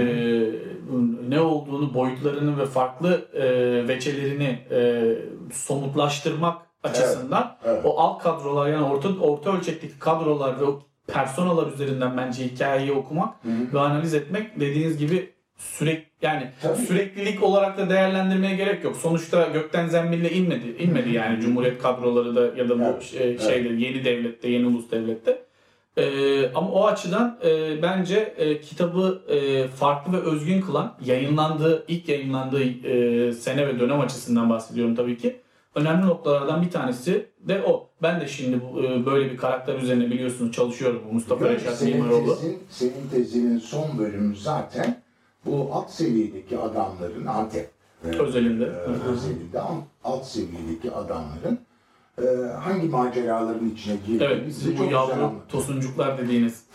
ne olduğunu, boyutlarını ve farklı e, veçelerini e, somutlaştırmak açısından evet, evet. o alt kadrolar yani orta orta ölçekteki kadrolar ve o personalar üzerinden bence hikayeyi okumak Hı hı. ve analiz etmek dediğiniz gibi sürekli yani Tabii. süreklilik olarak da değerlendirmeye gerek yok. Sonuçta gökten zembille inmedi. inmedi yani Cumhuriyet kadroları da ya da bu Evet, şey, şeyde yeni devlette, yeni ulus devlette. Ee, ama o açıdan e, bence e, kitabı e, farklı ve özgün kılan, yayınlandığı, ilk yayınlandığı e, sene ve dönem açısından bahsediyorum tabii ki. Önemli noktalardan bir tanesi de o. Ben de şimdi bu, e, böyle bir karakter üzerine biliyorsunuz çalışıyorum. Mustafa Evet, Reşat senin Mimaroğlu. tezin, senin tezinin son bölümü zaten bu alt seviyedeki adamların Antep e, Özelinde. e, özelinde alt seviyedeki adamların e, hangi maceraların içine girdiğini Evet, bize sizin bu çok güzel yavru anlatıyor. tosuncuklar dediğiniz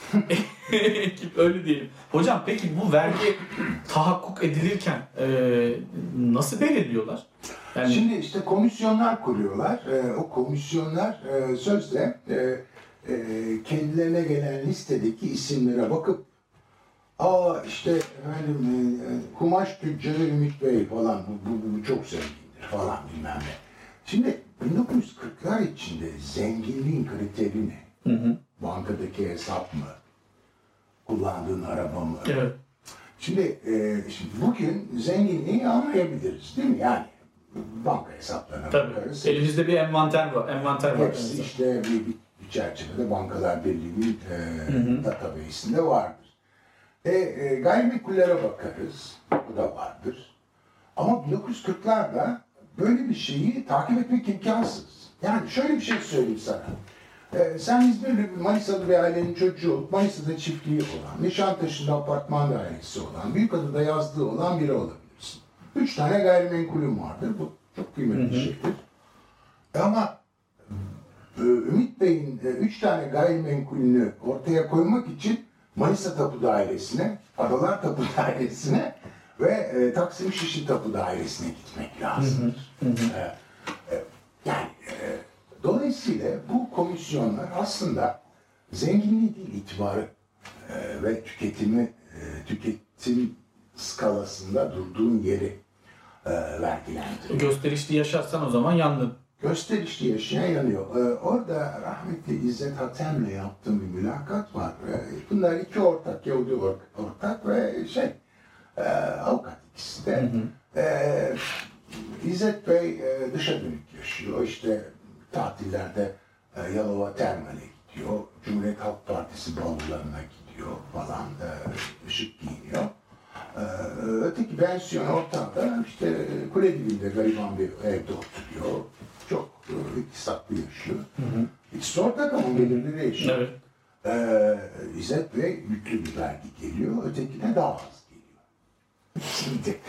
ekip öyle diyelim. Hocam peki bu vergi tahakkuk edilirken e, nasıl belirliyorlar? Yani Şimdi işte komisyonlar kuruyorlar. E, o komisyonlar e, sözde e, e, kendilerine gelen listedeki isimlere bakıp aa işte efendim e, kumaş tüccarı Ümit Bey falan bu, bu, bu çok zengindir falan bilmem ne. Şimdi bin dokuz yüz kırklar içinde zenginliğin kriteri ne? hı hı. Bankadaki hesap mı? Kullandığın araba mı? Evet. Şimdi, e, şimdi bugün zenginliği anlayabiliriz değil mi? Yani banka hesaplarına Tabii. bakarız. Elimizde bir envanter var. Envanter var. Hepsi elimizde. işte bir, bir, bir çerçevede Bankalar Birliği'nin e, Hı hı. database'inde vardır. E, e, gayrimenkullere bakarız. Bu da vardır. Ama bin dokuz yüz kırklarda böyle bir şeyi takip etmek imkansız. Yani şöyle bir şey söyleyeyim sana. Ee, sen İzmirli bir Manisalı bir ailenin çocuğu olup Manisa'da çiftliği olan, Nişantaşı'nda apartman dairesi olan, Büyükada'da yazlığı olan biri olabilirsin. Üç tane gayrimenkulüm vardır. Bu çok kıymetli bir şeydir. Ama e, Ümit Bey'in e, üç tane gayrimenkulünü ortaya koymak için Manisa Tapu Dairesi'ne, Adalar Tapu Dairesi'ne ve e, Taksim Şişli Tapu Dairesi'ne gitmek lazım. E, e, yani e, dolayısıyla bu komisyonlar aslında zenginliği değil itibarı e, ve tüketimi, e, tüketim skalasında durduğun yeri e, vergilendiriyor. Gösterişli yaşarsan o zaman yandın. Gösterişli yaşayan yanıyor. Ee, orada rahmetli İzzet Hatem'le yaptığım bir mülakat var. Ee, bunlar iki ortak, Yahudi or- ortak ve şey, e, avukat ikisi de. Hı hı. Ee, İzzet Bey e, dışa dönük yaşıyor. İşte tatillerde e, Yalova Termal'e gidiyor. Cumhuriyet Halk Partisi balolarına gidiyor falan. E, ışık giyiniyor. Ee, öteki pensiyon ortamda işte kule dibinde gariban bir evde oturuyor. Çok e, iktisatlı yaşıyor. Hı hı. İkisi ortak ama gelirleri yaşıyor. Evet. Ee, İzzet Bey yüklü bir vergi geliyor, ötekine daha az geliyor. Şimdi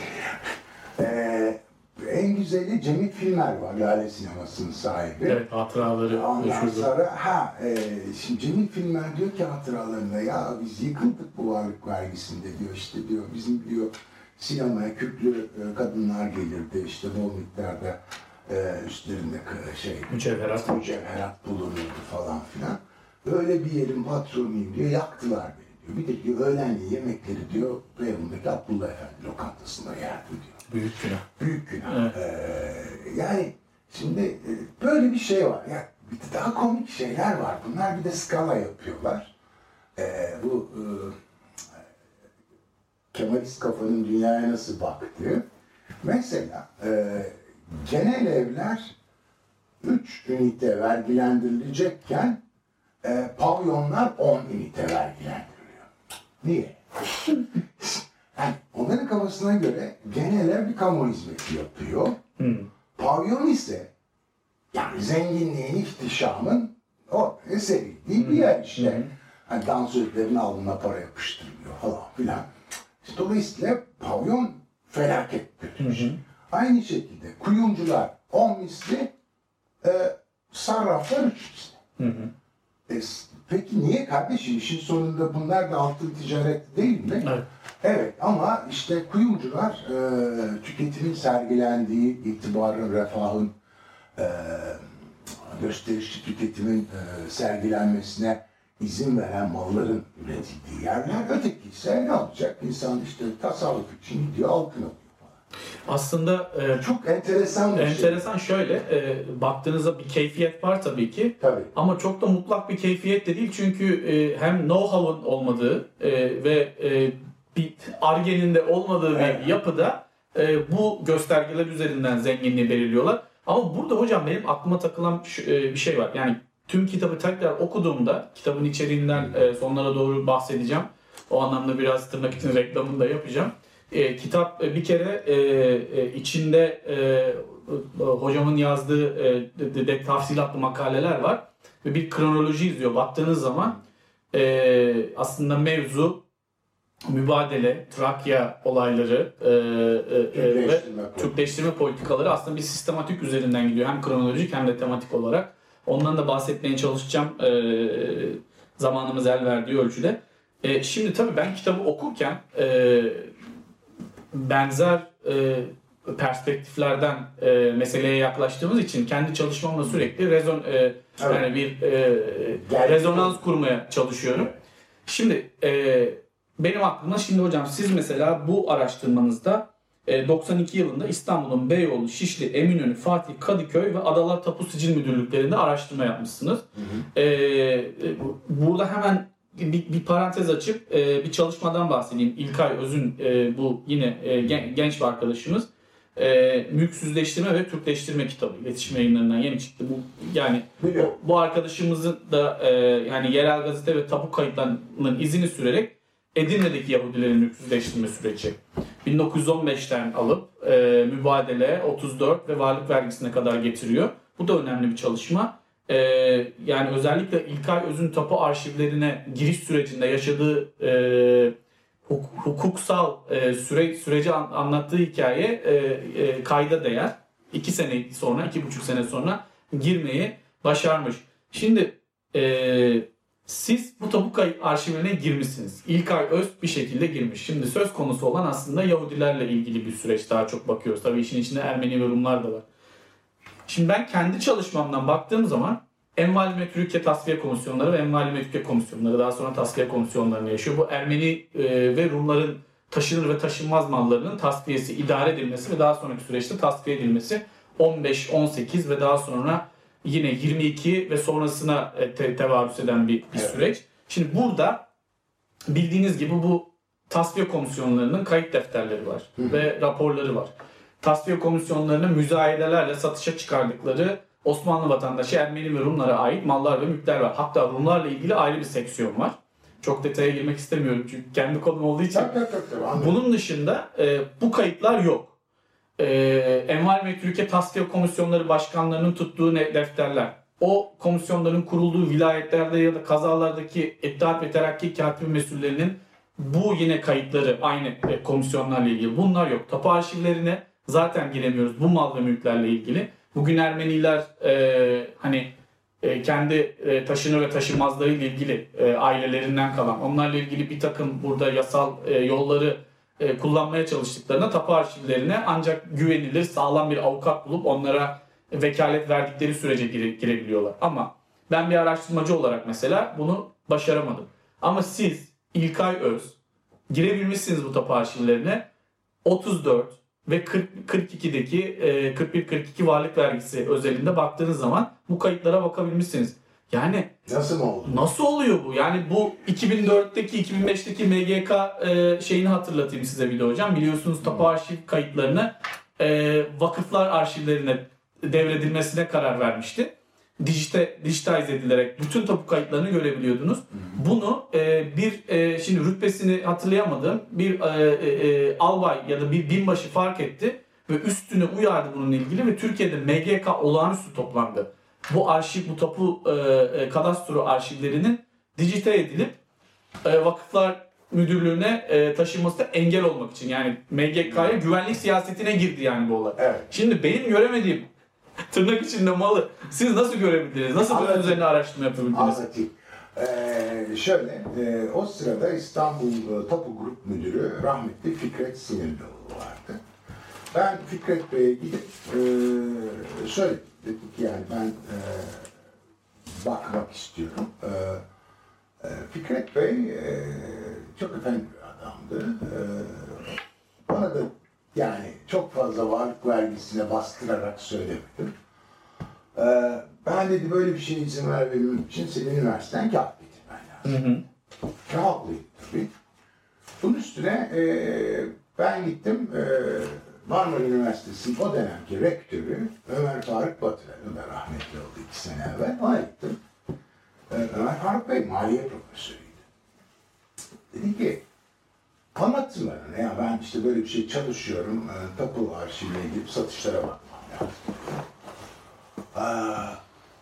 e, en güzeli Cemil Filmer var, Lale Sineması'nın sahibi. Evet, hatıraları Ondan meşhurdu. sonra ha, e, şimdi Cemil Filmer diyor ki hatıralarında ya biz yıkıldık bu varlık vergisinde diyor işte diyor bizim diyor sinemaya Kürtlü e, kadınlar gelirdi işte bol miktarda e, üstlerinde k- şey Mücevherat. mücevherat bulunurdu falan filan. Öyle bir yerin patronuyum diyor yaktılar beni diyor. Bir de diyor öğlenli yemekleri diyor Beyoğlu'ndaki Abdullah Efendi lokantasında yerdi diyor. Büyük günah. Büyük günah. Evet. Ee, yani şimdi e, böyle bir şey var. Ya bir de daha komik şeyler var. Bunlar bir de skala yapıyorlar. Ee, bu e, Kemalist kafanın dünyaya nasıl baktığı. Mesela e, genel evler üç ünite vergilendirilecekken e, pavyonlar on ünite vergilendiriliyor. Niye? Yani onların kafasına göre genel ev bir kamu hizmeti yapıyor. Hmm. Pavyon ise yani zenginliğin, ihtişamın ortaya serildiği bir yer işte. Hmm. Hani dansözlerin alnına para yapıştırılıyor falan filan. Dolayısıyla pavyon felaket bir şey. Aynı şekilde kuyumcular on misli, e, sarraflar üç misli. Hı hı. E, peki niye kardeşim? İşin sonunda bunlar da altın ticaret değil mi? Evet. Evet ama işte kuyumcular e, tüketimin sergilendiği, itibarın, refahın, e, gösterişli tüketimin e, sergilenmesine izin veren malların üretildiği yerler. Öteki ise ne olacak? İnsan işte tasarruf için gidiyor altın alıyor. Aslında e, çok enteresan bir enteresan şey. Şöyle e, baktığınızda bir keyfiyet var tabii ki. Tabii. Ama çok da mutlak bir keyfiyet de değil çünkü e, hem know-how'ın olmadığı e, ve e, bir Ar-Ge'nin de olmadığı evet. bir yapıda e, bu göstergeler üzerinden zenginliği belirliyorlar. Ama burada hocam benim aklıma takılan e, bir şey var. Yani tüm kitabı tekrar okuduğumda kitabın içeriğinden e, sonlara doğru bahsedeceğim. O anlamda biraz tırnak için reklamını da yapacağım. E, kitap e, bir kere e, e, içinde e, e, hocamın yazdığı e, de, de, tafsilatlı makaleler var ve bir kronoloji izliyor. Baktığınız zaman e, aslında mevzu mübadele, Trakya olayları e, e, e, ve Türkleştirme politikaları aslında bir sistematik üzerinden gidiyor. Hem kronolojik hem de tematik olarak. Ondan da bahsetmeye çalışacağım e, zamanımız el verdiği ölçüde. E, şimdi tabii ben kitabı okurken e, benzer e, perspektiflerden e, meseleye yaklaştığımız için kendi çalışmamla sürekli rezon e, evet. yani bir e, rezonans kurmaya çalışıyorum. Şimdi e, benim aklıma şimdi hocam siz mesela bu araştırmanızda e, doksan iki yılında İstanbul'un Beyoğlu, Şişli, Eminönü, Fatih, Kadıköy ve Adalar Tapu Sicil Müdürlüklerinde araştırma yapmışsınız. Hı hı. E, burada hemen Bir, bir parantez açıp e, bir çalışmadan bahsedeyim. İlkay Öz'ün e, bu yine e, gen, genç bir arkadaşımız e, Mülksüzleştirme ve Türkleştirme kitabı iletişim yayınlarından yeni çıktı. Bu yani bu, bu arkadaşımızın da e, yani yerel gazete ve tapu kayıtlarının izini sürerek Edirne'deki Yahudilerin mülksüzleştirme süreci bin dokuz yüz on beşten alıp e, mübadele otuz dört ve varlık vergisine kadar getiriyor. Bu da önemli bir çalışma. Ee, yani özellikle İlkay Öz'ün tapu arşivlerine giriş sürecinde yaşadığı e, huk- hukuksal e, süre, süreci an, anlattığı hikaye e, e, kayda değer. İki sene sonra, iki buçuk sene sonra girmeyi başarmış. Şimdi e, siz bu tapu kayıt arşivlerine girmişsiniz. İlkay Öz bir şekilde girmiş. Şimdi söz konusu olan aslında Yahudilerle ilgili bir süreç daha çok bakıyoruz. Tabii işin içinde Ermeni ve Rumlar da var. Şimdi ben kendi çalışmamdan baktığım zaman envali metrüke tasfiye komisyonları ve envali metrüke komisyonları daha sonra tasfiye komisyonlarını yaşıyor. Bu Ermeni e, ve Rumların taşınır ve taşınmaz mallarının tasfiyesi, idare edilmesi ve daha sonraki süreçte tasfiye edilmesi on beş on sekiz ve daha sonra yine yirmi iki ve sonrasına te- tevarüs eden bir, bir evet. süreç. Şimdi burada bildiğiniz gibi bu tasfiye komisyonlarının kayıt defterleri var Hı. ve raporları var. Tasfiye komisyonlarının müzayedelerle satışa çıkardıkları Osmanlı vatandaşı Ermeni ve Rumlara ait mallar ve mülkler var. Hatta Rumlarla ilgili ayrı bir seksiyon var. Çok detaya girmek istemiyorum çünkü kendi konum olduğu için. Tabii, tabii, tabii, Bunun dışında e, bu kayıtlar yok. E, Enval ve Türkiye Tasfiye Komisyonları başkanlarının tuttuğu defterler, o komisyonların kurulduğu vilayetlerde ya da kazalardaki İttihat ve Terakki katibi mesullerinin bu yine kayıtları aynı e, komisyonlarla ilgili. Bunlar yok. Tapu arşivlerine zaten giremiyoruz bu mal ve mülklerle ilgili. Bugün Ermeniler e, hani e, kendi e, taşınır ve taşınmazlarıyla ilgili e, ailelerinden kalan, onlarla ilgili bir takım burada yasal e, yolları e, kullanmaya çalıştıklarında tapu arşivlerine ancak güvenilir, sağlam bir avukat bulup onlara vekalet verdikleri sürece gire, girebiliyorlar. Ama ben bir araştırmacı olarak mesela bunu başaramadım. Ama siz İlkay Öz girebilmişsiniz bu tapu arşivlerine. otuz dört ve kırk, kırk ikideki kırk bir kırk iki varlık vergisi özelinde baktığınız zaman bu kayıtlara bakabilmişsiniz. Yani nasıl oldu? Nasıl oluyor bu? Yani bu iki bin dörtteki iki bin beşteki M G K e, şeyini hatırlatayım size bir de hocam. Biliyorsunuz tapu arşiv kayıtlarını e, vakıflar arşivlerine devredilmesine karar vermişti. Dijite, dijitalize edilerek bütün tapu kayıtlarını görebiliyordunuz. Bunu e, bir e, şimdi rütbesini hatırlayamadım. Bir e, e, albay ya da bir binbaşı fark etti ve üstüne uyardı bununla ilgili ve Türkiye'de M G K olağanüstü toplandı. Bu arşiv, bu tapu e, kadastro arşivlerinin dijite edilip e, vakıflar müdürlüğüne e, taşınması da engel olmak için. Yani M G K'ya güvenlik siyasetine girdi yani bu olay. Evet. Şimdi benim göremediğim tırnak içinde malı siz nasıl görebildiniz? Nasıl bunun üzerine araştırma yapabildiniz? Anlatayım. Ee, şöyle, e, o sırada İstanbul Tapu Grup Müdürü rahmetli Fikret Sinirlioğlu vardı. Ben Fikret Bey'e gidip e, söyledim. Dedim ki yani ben e, bakmak istiyorum. E, e, Fikret Bey e, çok efendi bir adamdı. E, bana da yani çok fazla varlık vergisine bastırarak söylemedim. E, ben dedi böyle bir şeye izin vermemek için senin üniversiteden kağıt getirmen lazım. Kağıtlıyım tabii. Bunun üstüne e, ben gittim e, Marmara Üniversitesi'nin o dönemki rektörü Ömer Faruk Batır'a, o da rahmetli oldu iki sene evvel, ona gittim. Ee, Ömer Faruk Bey maliye profesörüydü. Dedi ki, anlattım bana ya ben işte böyle bir şey çalışıyorum, e, tapu arşivine gidip satışlara bakmam lazım. Aa,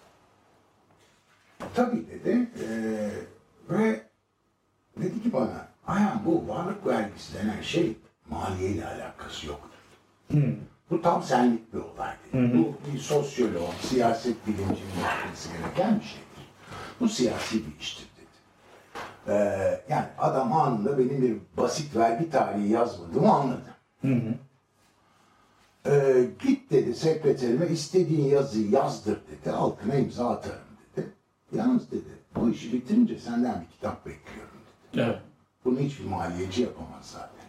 tabii dedi e, ve dedi ki bana, Ayhan bu varlık vergisi denen şey maliyeyle alakası yok. Hmm. Bu tam senlik bir olay değil. Hmm. Bu bir sosyolog, siyaset bilimcinin yapması gereken bir şeydir. Bu siyasi bir iştir dedi. Ee, yani adam anında benim bir basit vergi tarihi yazmadığımı anladı. Hmm. Ee, git dedi sekreterime istediğin yazıyı yazdır dedi. Altına imza atarım dedi. Yalnız dedi bu işi bitirince senden bir kitap bekliyorum dedi. Evet. Bunu hiçbir maliyeci yapamaz zaten.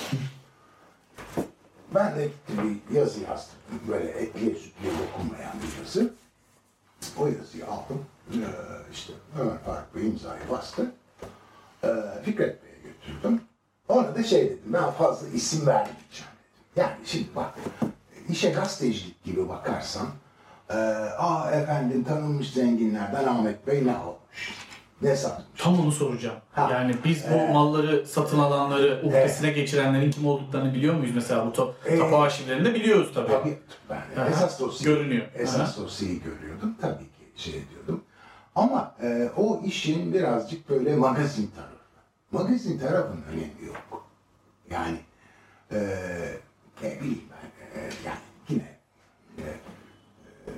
Ben de bir yazı yazdım. Böyle etliye sütlüye dokunmayan bir yazı. O yazıyı aldım. Ee, işte Ömer Faruk Bey imzayı bastı. Ee, Fikret Bey'e götürdüm. Ona da şey dedim, ben fazla isim vermeyeceğim dedim. Yani şimdi bak, işe gazetecilik gibi bakarsan, e, aa efendim tanınmış zenginlerden Ahmet Bey ne olmuş? Ne satmış? Tam onu soracağım. Ha. Yani biz bu ee, malları satın alanları uhdesine evet. geçirenlerin kim olduklarını biliyor muyuz? Mesela bu tapu ee, arşivlerinde biliyoruz tabii. Tabii. Ben Aha. esas dosyayı, görünüyor. Esas Aha. dosyayı görüyordum. Tabii ki şey ediyordum. Ama e, o işin birazcık böyle magazin tarafı. Magazin tarafının önemi yok. Yani e, ne bileyim ben, e, yani yine e, e,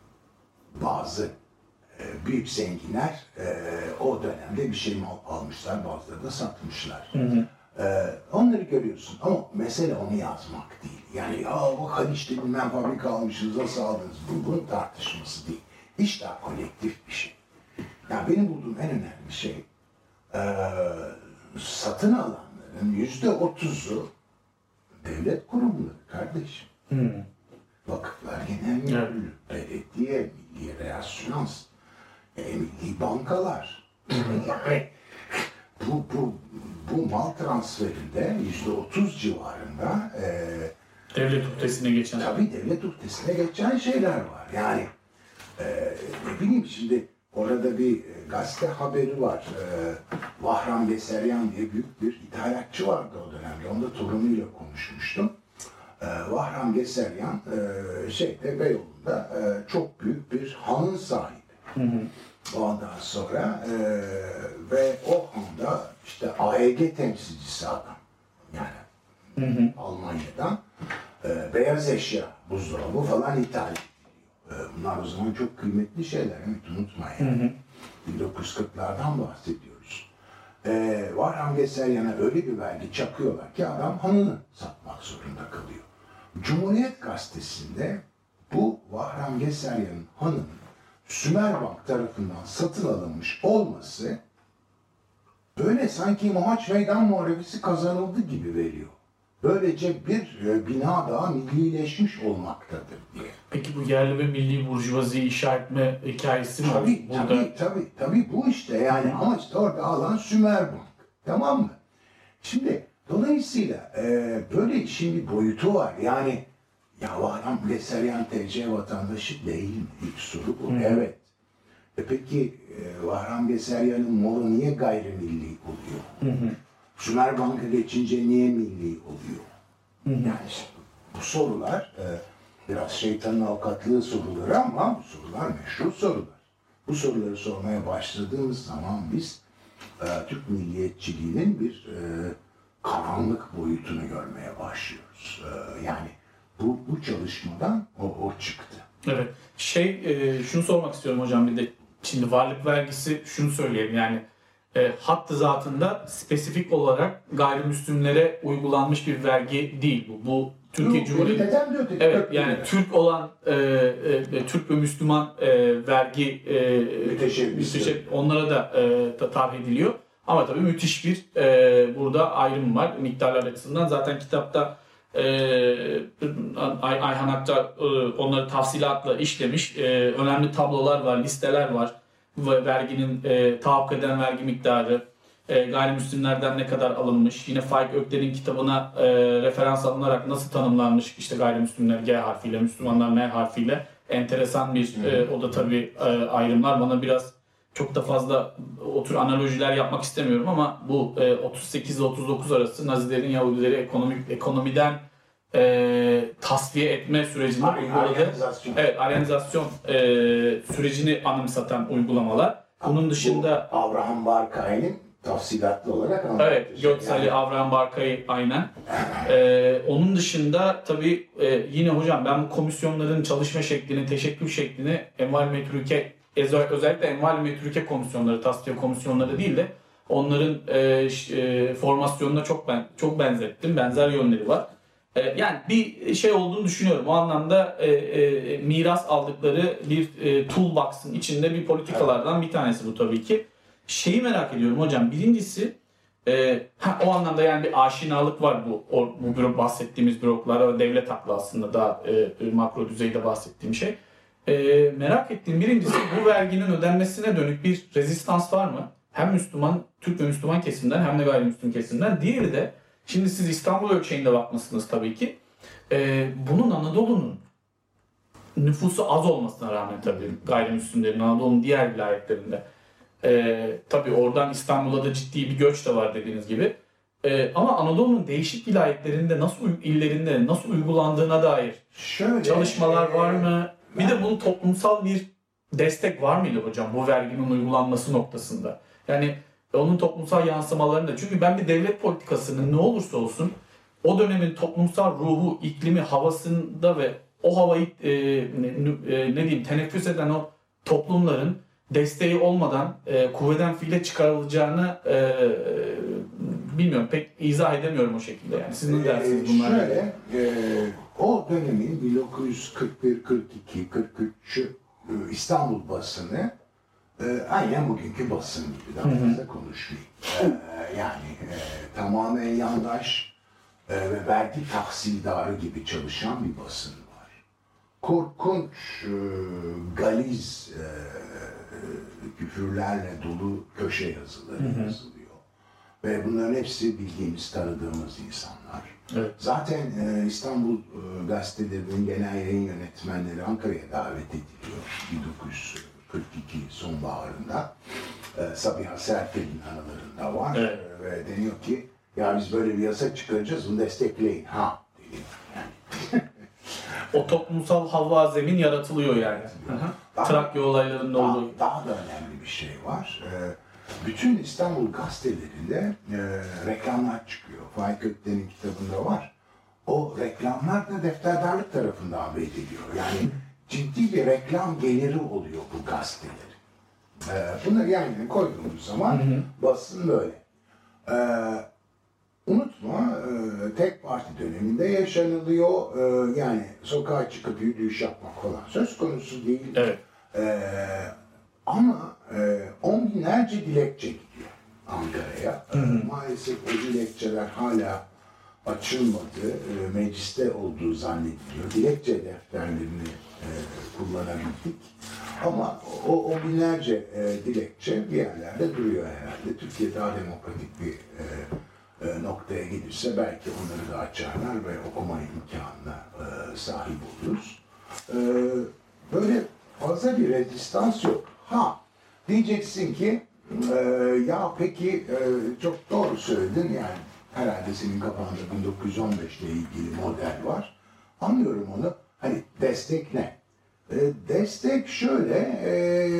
bazı büyük zenginler e, o dönemde bir şey mal almışlar, bazıları da satmışlar. Hı hı. E, onları görüyorsun ama mesele onu yazmak değil. Yani ya bak hadi işte bilmem fabrika almışsınız, nasıl aldınız? Bu, bunun tartışması değil. İş daha kolektif bir şey. Yani benim bulduğum en önemli şey e, satın alanların yüzde otuzu devlet kurumları kardeşim. Hı. Vakıflar Genel Müdürlüğü, belediye, milli reasyonans, e, milli bankalar. Yani bu, bu, bu mal transferinde yüzde otuz civarında e, devlet uhdesine geçen. Tabii devlet uhdesine geçen şeyler var. Yani e, ne bileyim şimdi orada bir gazete haberi var. E, Vahram Beseryan diye büyük bir ithalatçı vardı o dönemde. Onda torunuyla konuşmuştum. Ee, Vahram Geseryan e, şeyde Beyoğlu'nda e, çok büyük bir hanın sahibi. Hı hı. Ondan sonra e, ve o handa işte A E G temsilcisi adam. Yani hı hı. Almanya'dan e, beyaz eşya, buzdolabı falan ithal ediliyor. E, bunlar o zaman çok kıymetli şeyler. Evet, unutmayın. Hı hı. bin dokuz yüz kırklardan bahsediyoruz. E, Vahram Geseryan'a öyle bir vergi çakıyorlar ki adam hanını satmak zorunda kalıyor. Cumhuriyet Gazetesi'nde bu Vahram Geseryan'ın hanının Sümerbank tarafından satın alınmış olması böyle sanki Mohaç Meydan Muharebesi kazanıldı gibi veriyor. Böylece bir bina daha millileşmiş olmaktadır diye. Peki bu yerli ve milli burjuvaziyi inşa etme hikayesi mi? Tabii, burada? tabii, tabii, tabii bu işte yani amaç da orada alan Sümerbank. Tamam mı? Şimdi dolayısıyla e, böyle işin bir boyutu var. Yani ya Vahram Besaryan T C vatandaşı değil mi? İlk soru bu. Hı. Evet. E peki e, Vahram Besaryan'ın moru niye gayrimilli oluyor? Hı hı. Sümerbank'a geçince niye milli oluyor? Hı hı. Yani işte bu sorular e, biraz şeytanın avukatlığı soruları ama bu sorular meşru sorular. Bu soruları sormaya başladığımız zaman biz e, Türk milliyetçiliğinin bir e, karanlık boyutunu görmeye başlıyoruz. E, yani bu, bu çalışmadan o, o çıktı. Evet. Şey, e, şunu sormak istiyorum hocam bir de. Şimdi varlık vergisi şunu söyleyelim yani e, hattı zatında spesifik olarak gayrimüslimlere uygulanmış bir vergi değil bu. Bu Türkiye Cumhuriyeti. Evet yani Türk olan e, e, Türk ve Müslüman e, vergi e, müteşebbis onlara da e, tabi ediliyor. Ama tabii müthiş bir e, burada ayrım var miktarlar açısından. Zaten kitapta e, Ayhan Aktar e, onları tafsilatla işlemiş. E, önemli tablolar var, listeler var. Ve verginin e, tahakkuk eden vergi miktarı, e, gayrimüslimlerden ne kadar alınmış. Yine Faik Ökten'in kitabına e, referans alınarak nasıl tanımlanmış işte gayrimüslimler G harfiyle, Müslümanlar M harfiyle. Enteresan bir e, o da tabii e, ayrımlar. Bana biraz çok da fazla o tür analojiler yapmak istemiyorum ama bu e, otuz sekiz ile otuz dokuz arası Nazilerin Yahudileri ekonomik ekonomiden e, tasfiye etme sürecini uyguladı. Evet, aryanizasyon e, sürecini anımsatan uygulamalar. Bunun dışında bu Abraham Barkay'ın tafsilatlı olarak anlatıyor. Evet, Gökseli yani. Abraham Barkay aynen. Ee, onun dışında tabii e, yine hocam ben bu komisyonların çalışma şeklini, teşekkül şeklini enval metrüke özellikle enval metrüke komisyonları, tasfiye komisyonları değil de onların e, e, formasyonuna çok ben çok benzettim. Benzer yönleri var. E, yani bir şey olduğunu düşünüyorum. O anlamda e, e, miras aldıkları bir e, toolbox'ın içinde bir politikalardan bir tanesi bu tabii ki. Şeyi merak ediyorum hocam. Birincisi e, ha, o anlamda yani bir aşinalık var bu o, bu büro, bahsettiğimiz büroklara devlet aklı aslında daha e, makro düzeyde bahsettiğim şey. E, merak ettiğim birincisi bu verginin ödenmesine dönük bir rezistans var mı? Hem Müslüman, Türk ve Müslüman kesimden hem de gayrimüslim kesimden. Diğeri de şimdi siz İstanbul ölçeğinde bakmışsınız tabii ki. E, bunun Anadolu'nun nüfusu az olmasına rağmen tabii gayrimüslimlerin Anadolu'nun diğer vilayetlerinde Ee, tabii oradan İstanbul'a da ciddi bir göç de var dediğiniz gibi. Ee, ama Anadolu'nun değişik vilayetlerinde nasıl illerinde nasıl uygulandığına dair Şöyle, çalışmalar var mı? Ben... Bir de bunun toplumsal bir destek var mıydı hocam bu verginin uygulanması noktasında? Yani onun toplumsal yansımalarında. Çünkü ben bir devlet politikasının ne olursa olsun o dönemin toplumsal ruhu, iklimi, havasında ve o havayı e, ne, e, ne diyeyim teneffüs eden o toplumların desteği olmadan e, kuvveden fiile çıkarılacağını e, bilmiyorum pek izah edemiyorum o şekilde yani. Sizin dersiniz bunlar. Şöyle, e, o dönemin bin dokuz yüz kırk bir kırk iki kırk üç e, İstanbul basını e, aynen bugünkü basın gibi daha fazla konuşmayayım. E, yani e, tamamen yandaş e, ve vergi tahsildarı gibi çalışan bir basın var. Korkunç e, galiz e, küfürlerle dolu köşe yazıları hı hı. yazılıyor. Ve bunların hepsi bildiğimiz, tanıdığımız insanlar. Evet. Zaten e, İstanbul e, gazetelerinin genel yayın yönetmenleri Ankara'ya davet ediliyor. bin dokuz yüz kırk iki sonbaharında. E, Sabiha Sertel'in anılarında var. Evet. E, ve deniyor ki ya biz böyle bir yasa çıkaracağız, bunu destekleyin. Ha deniyor yani. O toplumsal hava zemin yaratılıyor yani. Daha, Trakya olaylarında daha, olduğu. Daha da önemli bir şey var. Ee, bütün İstanbul gazetelerinde e, reklamlar çıkıyor. Faik Ökten'in kitabında var. O reklamlar da defterdarlık tarafından emrediliyor. Yani ciddi bir reklam geliri oluyor bu gazetelerin. Ee, bunları yan yana koyduğumuz zaman hı hı. basın böyle. Ee, Unutma, tek parti döneminde yaşanılıyor. Yani sokağa çıkıp yürüyüş yapmak falan söz konusu değil. Evet. Ee, ama on binlerce dilekçe gidiyor Ankara'ya. Hı hı. Maalesef o dilekçeler hala açılmadı, e, mecliste olduğu zannediliyor. Dilekçe defterlerini e, kullanabildik. Ama o, o binlerce e, dilekçe bir yerlerde duruyor herhalde. Türkiye daha demokratik bir e, e, noktaya gelirse belki onları da açarlar ve okuma imkanına e, sahip oluruz. E, böyle fazla bir rezistans yok. Ha, diyeceksin ki e, ya peki e, çok doğru söyledin yani herhalde senin kafanda bin dokuz yüz on beş ile ilgili model var. Anlıyorum onu. Hani destek ne? E, destek şöyle, e,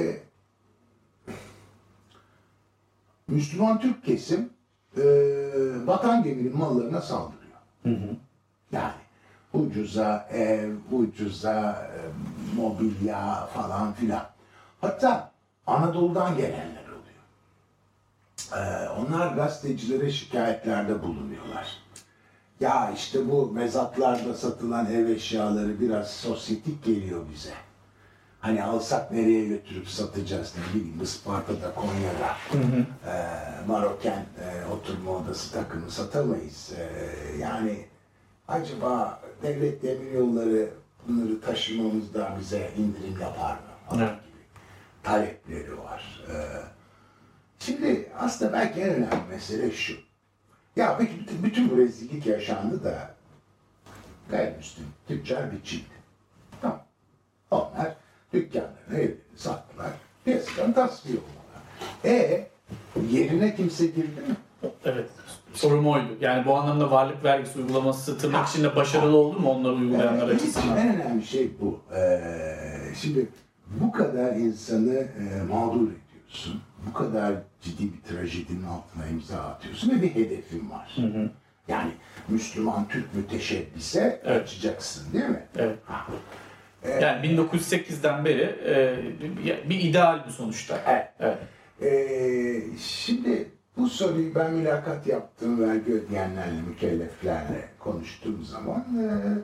Müslüman Türk kesim e, vatan geminin mallarına saldırıyor. Hı hı. Yani ucuza ev, ucuza e, mobilya falan filan. Hatta Anadolu'dan gelenler oluyor. E, onlar gazetecilere şikayetlerde bulunuyorlar. Ya işte bu mezatlarda satılan ev eşyaları biraz sosyetik geliyor bize. Hani alsak nereye götürüp satacağız, ne bileyim Isparta'da, Konya'da, hı hı. E, Maroken e, oturma odası takımı satamayız. E, yani acaba devlet demiryolları bunları taşımamızda bize indirim yapar mı? Evet. Gibi talepleri var. E, şimdi aslında belki en önemli mesele şu. Ya peki bütün, bütün bu rezillik yaşandı da gayrimüslim tüccar bir çift. Tamam. Onlar dükkanlarını, evlerini sattılar. Piyasadan tasfiye oldular. E yerine kimse girdi mi? Evet. Sorum oydu. Yani bu anlamda varlık vergisi uygulaması tırnak ha. içinde başarılı oldu mu onları uygulayanlar evet, açısından? En önemli şey bu. Ee, şimdi bu kadar insanı e, mağdur ediyorsun. Bu kadar ciddi bir trajedinin altına imza atıyorsun ve bir hedefin var. Hı hı. Yani Müslüman Türk müteşebbise evet. açacaksın değil mi? Evet. Ha. Yani bin dokuz yüz sekizden beri e, bir ideal bu sonuçta. Evet. evet. Ee, şimdi bu soruyu ben mülakat yaptığım vergi ödeyenlerle, mükelleflerle konuştuğum zaman e,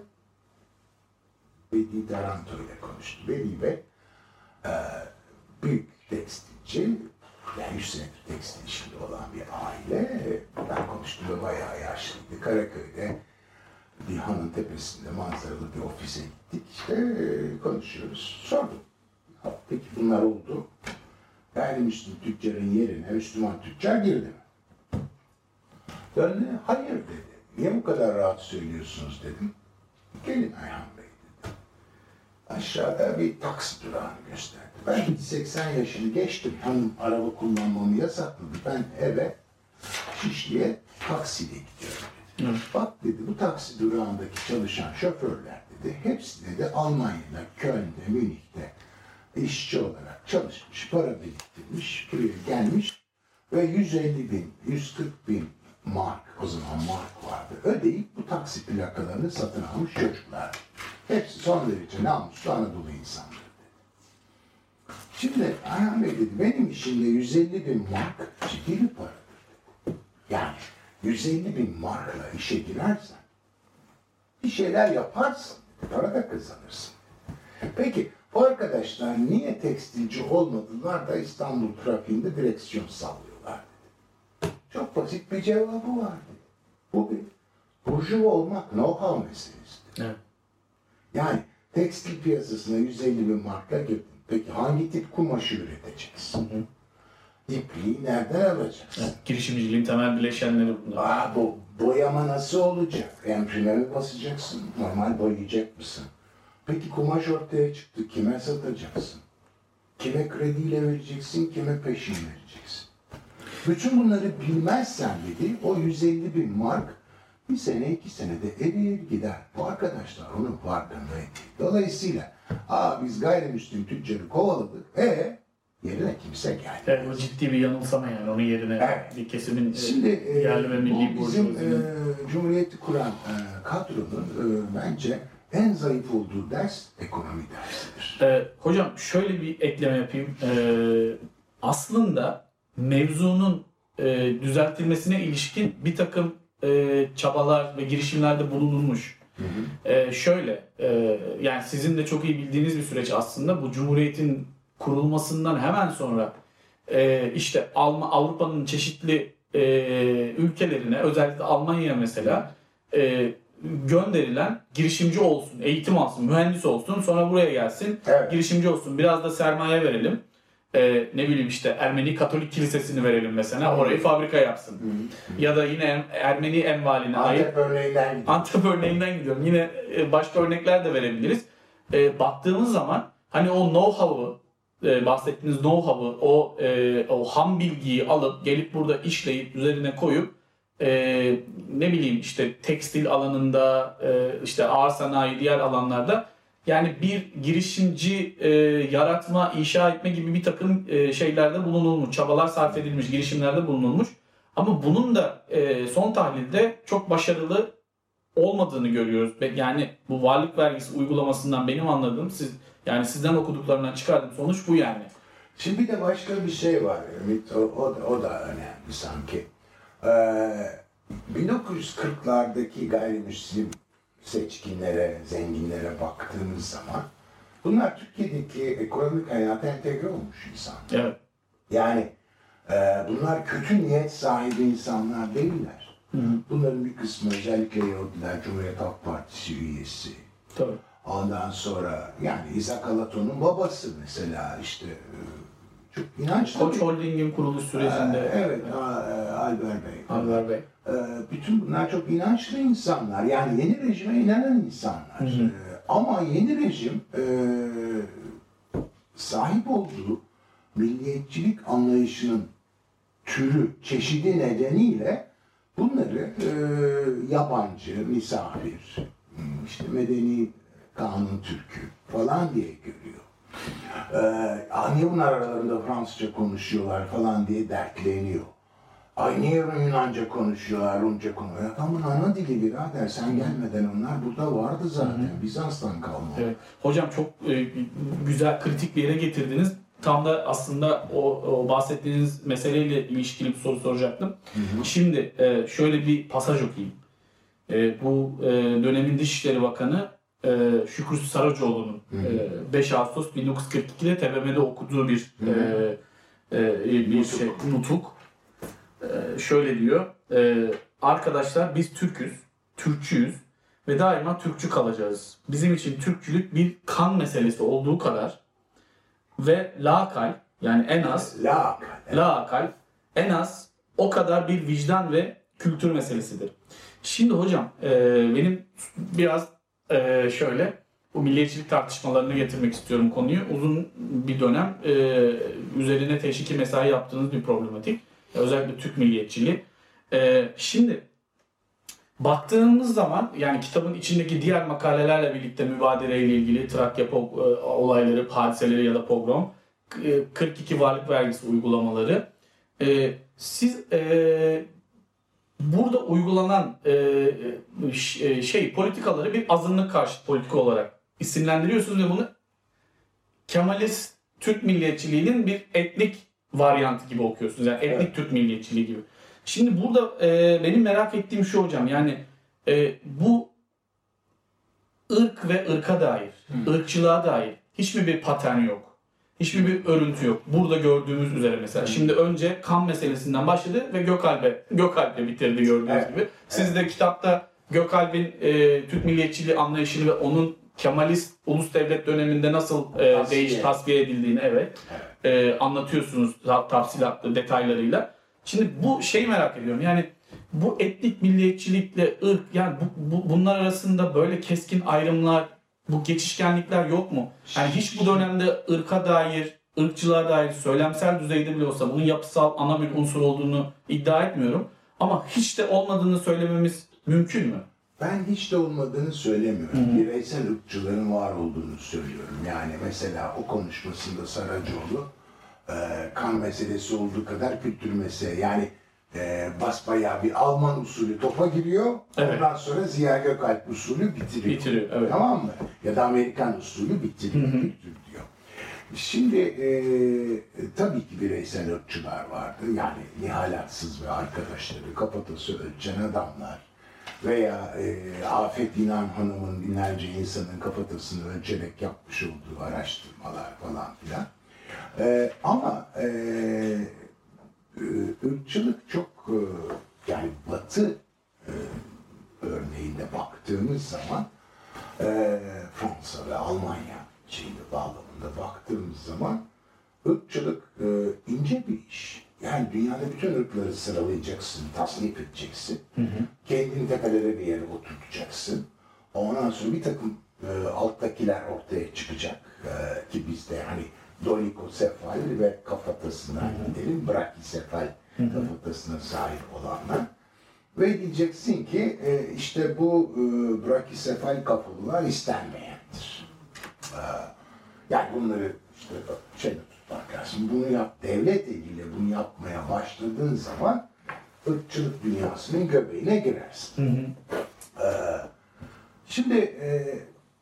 Bedi Daranto ile konuştum. Bedi Bey e, büyük tekstilci, yani yüz senedir tekstil işinde olan bir aile. Ben konuştuğumda bayağı yaşlıydı. Karaköy'de bir hanın tepesinde manzaralı bir ofise gittik. İşte e, konuşuyoruz. Sordum. Peki bunlar oldu. Gayrimüslim tüccarın yerine Müslüman tüccar girdi mi? Döndü. Hayır dedi. Niye bu kadar rahat söylüyorsunuz dedim. Gelin Ayhan Bey dedi. Aşağıda bir taksi durağını gösterdi. Ben seksen yaşını geçtim. Hanım araba kullanmamı yasakladı. Ben eve Şişli'ye taksiyle gidiyorum. Evet. Bak dedi bu taksi durağındaki çalışan şoförler dedi hepsi dedi Almanya'da, Köln'de, Münih'te işçi olarak çalışmış, para biriktirmiş, buraya gelmiş ve yüz elli bin, yüz kırk bin mark, o zaman mark vardı, ödeyip bu taksi plakalarını satın almış çocuklar. Hepsi son derece namuslu Anadolu insanları dedi. Şimdi Ayhan Bey dedi benim işimde yüz elli bin mark ciddi bir paradır dedi. Yani yüz elli bin markla işe girersen, bir şeyler yaparsın, para da kazanırsın. Peki bu arkadaşlar niye tekstilci olmadılar da İstanbul trafiğinde direksiyon sallıyorlar dedi. Çok basit bir cevabı var dedi. Bu bir burjuva olmak know-how meselesidir. Evet. Yani tekstil piyasasına yüz elli bin markla girdin. Peki hangi tip kumaşı üreteceksin? Hı hı. İpliği nereden alacaksın? Evet, girişimciliğin temel bileşenleri bunlar. Aa, bu boyama nasıl olacak? Emprime mi basacaksın? Normal boyayacak mısın? Peki kumaş ortaya çıktı. Kime satacaksın? Kime krediyle vereceksin? Kime peşin vereceksin? Bütün bunları bilmezsen dedi, o yüz elli bin mark bir sene iki senede erir gider. Bu arkadaşlar onun farkındaydı. Dolayısıyla aa biz gayrimüslim tüccarı kovaladık. E yerine kimse geldi. Evet, o ciddi bir yanılsama yani. Onun yerine evet. bir kesimin Şimdi, e, yerli ve milli bu bizim e, Cumhuriyeti kuran e, kadronun e, bence en zayıf olduğu ders ekonomi dersidir. E, hocam şöyle bir ekleme yapayım. E, aslında mevzunun e, düzeltilmesine ilişkin bir takım e, çabalar ve girişimlerde bulunulmuş. Hı hı. E, şöyle, e, yani sizin de çok iyi bildiğiniz bir süreç aslında. Bu Cumhuriyet'in kurulmasından hemen sonra e, işte Alman, Avrupa'nın çeşitli e, ülkelerine, özellikle Almanya'ya mesela e, gönderilen girişimci olsun, eğitim alsın, mühendis olsun, sonra buraya gelsin, evet. girişimci olsun, biraz da sermaye verelim. Ee, ne bileyim işte Ermeni Katolik Kilisesi'ni verelim mesela, orayı fabrika yapsın. Hı-hı. Ya da yine Ermeni envaline ait. Antep örneğinden gidiyorum. Antep örneğinden gidiyorum. Yine başka örnekler de verebiliriz. Ee, baktığımız zaman hani o know-how'u, e, bahsettiğiniz know-how'u, o, e, o ham bilgiyi alıp gelip burada işleyip üzerine koyup e, ne bileyim işte tekstil alanında, e, işte ağır sanayi, diğer alanlarda yani bir girişimci e, yaratma, inşa etme gibi bir takım e, şeylerde bulunulmuş, çabalar sarf edilmiş, girişimlerde bulunulmuş. Ama bunun da e, son tahlilde çok başarılı olmadığını görüyoruz. Yani bu varlık vergisi uygulamasından benim anladığım, siz yani sizden okuduklarından çıkardığım sonuç bu yani. Şimdi bir de başka bir şey var Ümit, o, o, da, o da önemli sanki. Ee, bin dokuz yüz kırklardaki gayrimüslim seçkinlere, zenginlere baktığımız zaman bunlar Türkiye'deki ekonomik hayata entegre olmuş insanlar. Evet. Yani e, bunlar kötü niyet sahibi insanlar değiller. Hı hı. Bunların bir kısmı özellikle Yahudiler, Cumhuriyet Halk Partisi üyesi. Tabii. Ondan sonra yani İshak Alaton'un babası mesela işte çok inançlı. Koç Holding'in kuruluş sürecinde. Ee, evet, Albert Bey. Albert Bey. Ee, bütün bunlar çok inançlı insanlar. Yani yeni rejime inanan insanlar. Hı hı. Ee, ama yeni rejim e, sahip olduğu milliyetçilik anlayışının türü, çeşidi nedeniyle bunları e, yabancı, misafir, işte medeni kanun Türk'ü falan diye görüyor. Ee, niye bunlar aralarında Fransızca konuşuyorlar falan diye dertleniyor. Ay niye Yunanca konuşuyorlar, Rumca konuşuyorlar. Tamam ana dili birader, sen gelmeden onlar burada vardı zaten. Hı-hı. Bizans'tan kalma. Evet. Hocam çok e, güzel, kritik bir yere getirdiniz. Tam da aslında o, o bahsettiğiniz meseleyle ilişkili bir soru soracaktım. Hı-hı. Şimdi e, şöyle bir pasaj okuyayım. E, bu e, dönemin Dışişleri Bakanı e, Şükrü Saracoğlu'nun e, beş Ağustos bin dokuz yüz kırk ikide T B M M'de okuduğu bir e, e, bir nutuk. şey nutuk. E, şöyle diyor. E, arkadaşlar biz Türk'üz, Türkçüyüz ve daima Türkçü kalacağız. Bizim için Türkçülük bir kan meselesi olduğu kadar ve lakal yani en az lakal, lakal en az o kadar bir vicdan ve kültür meselesidir. Şimdi hocam e, benim biraz e, şöyle bu milliyetçilik tartışmalarını getirmek istiyorum konuyu. Uzun bir dönem e, üzerine teşviki mesai yaptığınız bir problematik. Özellikle Türk milliyetçiliği. E, şimdi baktığımız zaman yani kitabın içindeki diğer makalelerle birlikte mübadeleyle ilgili Trakya olayları, hadiseleri ya da pogrom, kırk iki varlık vergisi uygulamaları. E, siz e, burada uygulanan e, şey politikaları bir azınlık karşıtı politika olarak isimlendiriyorsunuz ve bunu Kemalist Türk milliyetçiliğinin bir etnik varyantı gibi okuyorsunuz. Yani etnik evet. Türk milliyetçiliği gibi. Şimdi burada e, benim merak ettiğim şu hocam, yani e, bu ırk ve ırka dair, hmm. ırkçılığa dair hiçbir bir patern yok. Hiçbir bir örüntü yok. Burada gördüğümüz üzere mesela. Hmm. Şimdi önce kan meselesinden başladı ve Gökalp'e Gökalp'le bitirdi gördüğünüz evet. gibi. Siz evet. de kitapta Gökalp'in e, Türk milliyetçiliği anlayışını ve onun Kemalist ulus devlet döneminde nasıl e, değiş tasfiye edildiğini evet, evet. E, anlatıyorsunuz tafsilatlı detaylarıyla. Şimdi bu şeyi merak ediyorum. Yani bu etnik milliyetçilikle ırk, yani bu, bu, bunlar arasında böyle keskin ayrımlar, bu geçişkenlikler yok mu? Yani hiç bu dönemde ırka dair, ırkçılığa dair söylemsel düzeyde bile olsa bunun yapısal ana bir unsur olduğunu iddia etmiyorum. Ama hiç de olmadığını söylememiz mümkün mü? Ben hiç de olmadığını söylemiyorum. Hı-hı. Bireysel ırkçıların var olduğunu söylüyorum. Yani mesela o konuşmasında Saracoğlu e, kan meselesi olduğu kadar kültür meselesi. Yani e, basbayağı bir Alman usulü topa giriyor. Evet. Ondan sonra Ziya Gökalp usulü bitiriyor. Bitiriyor, evet. Tamam mı? Ya da Amerikan usulü bitiriyor. Hı-hı. Kültür diyor. Şimdi e, tabii ki bireysel ırkçılar vardı. Yani Nihal Atsız ve arkadaşları, kafatası ölçen adamlar. Veya e, Afet İnan Hanım'ın binlerce insanın kafatasını ölçerek yapmış olduğu araştırmalar falan filan. E, ama e, ırkçılık çok e, yani Batı e, örneğinde baktığımız zaman e, Fransa ve Almanya şeyi bağlamında baktığımız zaman ırkçılık e, ince bir iş. Yani dünyada bütün ırkları sıralayacaksın, tasnif edeceksin. Hı hı. Kendini tepelere bir yere oturtacaksın. Ondan sonra bir takım e, alttakiler ortaya çıkacak. E, ki bizde hani dolikosefal ve kafatasından gidelim, brakisefal kafatasına sahip olanlar. Ve diyeceksin ki e, işte bu e, brakisefal kafalılar istenmeyendir. E, yani bunları işte şeyde tutmak lazım. Bunu yap, devlet eliyle bunu yapmaya başladığın zaman ırkçılık dünyasının göbeğine girersin. Hı hı. E, şimdi e,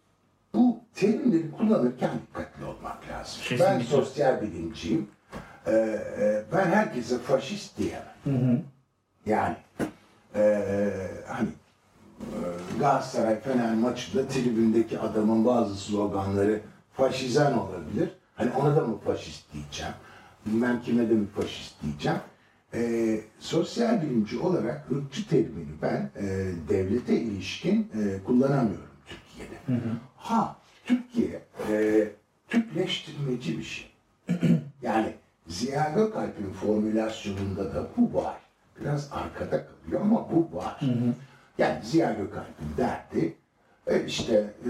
bu terimleri kullanırken dikkatli olmak lazım. Kesinlikle. Ben sosyal bilimciyim. E, e, ben herkese faşist diyemem. Hı hı. Yani Ee, hani e, Galatasaray Fener maçında tribündeki adamın bazı sloganları faşizan olabilir. Hani ona da mı faşist diyeceğim? Bilmem kime de mi faşist diyeceğim? Ee, sosyal bilimci olarak ırkçı terimini ben e, devlete ilişkin e, kullanamıyorum Türkiye'de. Hı hı. Ha, Türkiye e, Türkleştirmeci bir şey. Yani Ziya Gökalp'in formülasyonunda da bu var. Biraz arkada kalıyor ama bu var. Hı hı. Yani Ziya Gökalp'in derdi e, işte e,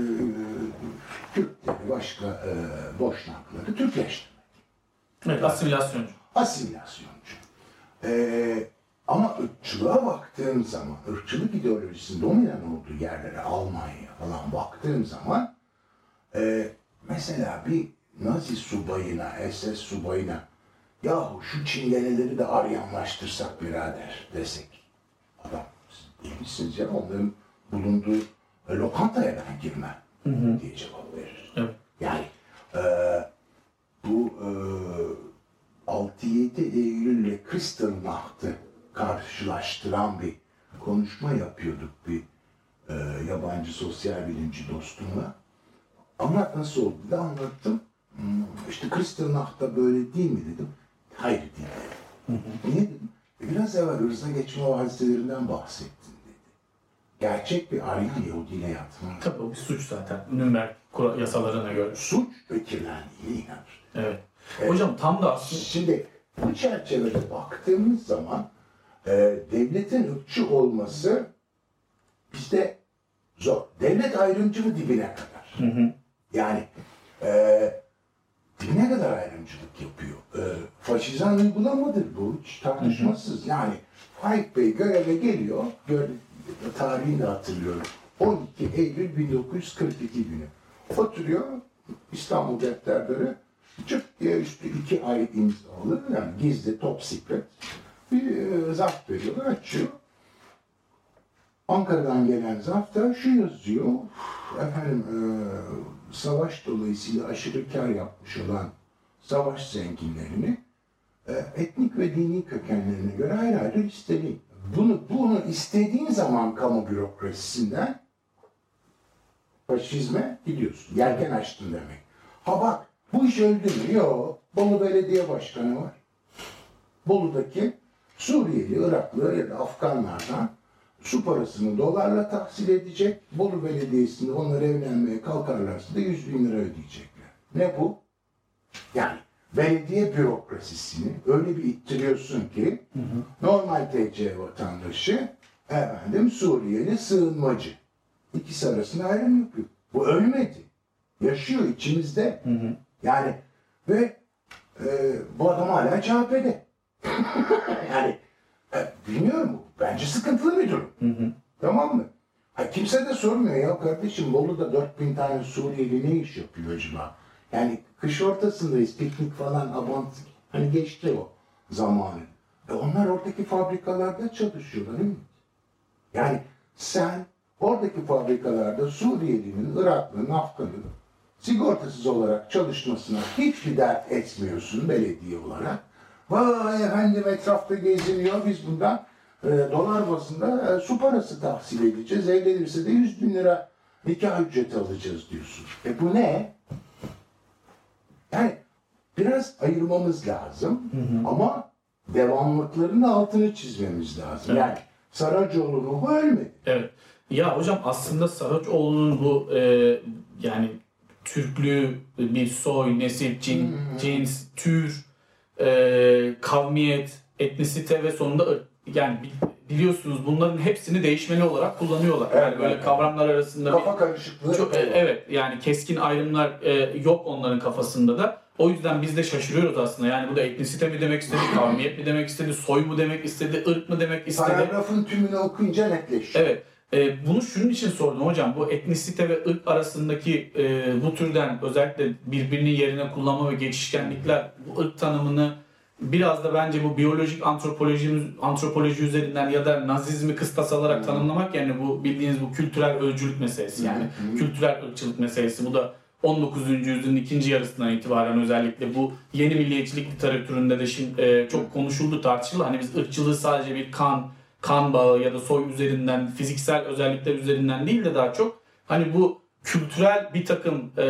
Türkleri başka e, Boşnakları Türkleştirmek. Evet, asimilasyoncu. Asimilasyoncu. E, ama ırkçılığa baktığım zaman, ırkçılık ideolojisinin dominan olduğu yerlere, Almanya falan baktığım zaman e, mesela bir Nazi subayına, S S subayına yahu şu Çingeneleri de Aryanlaştırsak birader desek. Adam, siz iyi misiniz ya? Onların bulunduğu e, lokantaya ben girmem hı hı. diye cevap verir. Evet. Yani e, bu e, altı yedi Eylül ile Kristallnacht'ı karşılaştıran bir konuşma yapıyorduk bir e, yabancı sosyal bilimci dostumla. Anlat nasıl oldu da anlattım. Hmm, işte Kristallnacht'ta böyle değil mi dedim. Hayır değil. Hı hı. Niye dedim? Biraz evvel ırza geçme o hadiselerinden bahsettin dedi. Gerçek bir Aryan Yahudi'yle yatma. Tabii o bir suç zaten. Nürnberg yasalarına göre. Suç ve kirlendiğine inanır. Evet. evet. Hocam tam da aslında... Şimdi bu çerçevede baktığımız zaman e, devletin ırkçı olması bizde zor. Devlet ayrımcılığı dibine kadar. Hı hı. Yani e, dibine kadar ayrımcılık yapıyor. E, faşizan uygulamadır bu, hiç tartışmasız. Hı hı. Yani Faik Bey göreve geliyor, gör, tarihini de hatırlıyorum. on iki Eylül bin dokuz yüz kırk iki günü. Oturuyor İstanbul defterleri, çık diye üstü iki ay imzalı, yani gizli, top secret bir e, zarf veriyorlar, açıyor. Ankara'dan gelen zarfta şu yazıyor, efendim e, savaş dolayısıyla aşırı kar yapmış olan savaş zenginlerini e, etnik ve dini kökenlerine göre ayrı ayrı listeleyin. Bunu, bunu istediğin zaman kamu bürokrasisinden faşizme gidiyorsun. Yelken açtın demek. Ha bak, bu iş öldü mü? Yok. Bolu Belediye Başkanı var. Bolu'daki Suriyeli, Iraklı ya da Afganlardan su parasını dolarla tahsil edecek. Bolu Belediyesi'nde onlar evlenmeye kalkarlarsa da yüz bin lira ödeyecekler. Ne bu? Yani belediye bürokrasisini öyle bir ittiriyorsun ki hı hı. normal T C vatandaşı, efendim Suriyeli sığınmacı. İkisi arasında ayrım yapıyor. Bu ölmedi. Yaşıyor içimizde. Hı hı. Yani ve e, bu adam hala C H P'de. yani e, bilmiyorum. Bence sıkıntılı bir durum. Hı hı. Tamam mı? Ha, kimse de sormuyor ya kardeşim Bolu'da dört bin tane Suriyeli ne iş yapıyor acaba? Yani kış ortasındayız, piknik falan, abant, hani geçti o zamanı. E onlar oradaki fabrikalarda çalışıyorlar değil mi? Yani sen oradaki fabrikalarda Suriyelinin, Iraklı'nın, Afgan'ın sigortasız olarak çalışmasına hiçbir dert etmiyorsun belediye olarak. Vay efendim etrafta geziniyor, biz bundan e, dolar bazında e, su parası tahsil edeceğiz. Evlenirse de yüz bin lira nikah ücreti alacağız diyorsun. E bu ne? Yani biraz ayırmamız lazım hı hı. ama devamlıklarının altını çizmemiz lazım. Evet. Yani Saracoğlu ruhu ölmedi. Evet. Ya hocam aslında Saraçoğlu'nun bu e, yani Türklüğü bir soy, nesil, cin, hmm. cins, tür, e, kavmiyet, etnisite ve sonunda yani biliyorsunuz bunların hepsini değişmeli olarak kullanıyorlar. Evet, yani böyle evet. kavramlar arasında kafa karışıklığı. Çok, e, evet yani keskin ayrımlar e, yok onların kafasında da. O yüzden biz de şaşırıyoruz aslında. Yani bu da etnisite mi demek istedi, kavmiyet mi demek istedi, soy mu demek istedi, ırk mı demek istedi. Paragrafın tümünü okuyunca netleşiyor. Evet. E, bunu şunun için sordum hocam. Bu etnisite ve ırk arasındaki e, bu türden özellikle birbirinin yerine kullanma ve geçişkenlikler bu ırk tanımını biraz da bence bu biyolojik antropoloji antropoloji üzerinden ya da nazizmi kıstas alarak hmm. tanımlamak yerine bu bildiğiniz bu kültürel öncülük meselesi yani hmm. kültürel ırkçılık meselesi bu da on dokuzuncu yüzyılın ikinci yarısından itibaren özellikle bu yeni milliyetçilik literatüründe de şimdi e, çok konuşuldu, tartışıldı. Hani biz ırkçılığı sadece bir kan kan bağı ya da soy üzerinden, fiziksel özellikler üzerinden değil de daha çok hani bu kültürel bir takım e,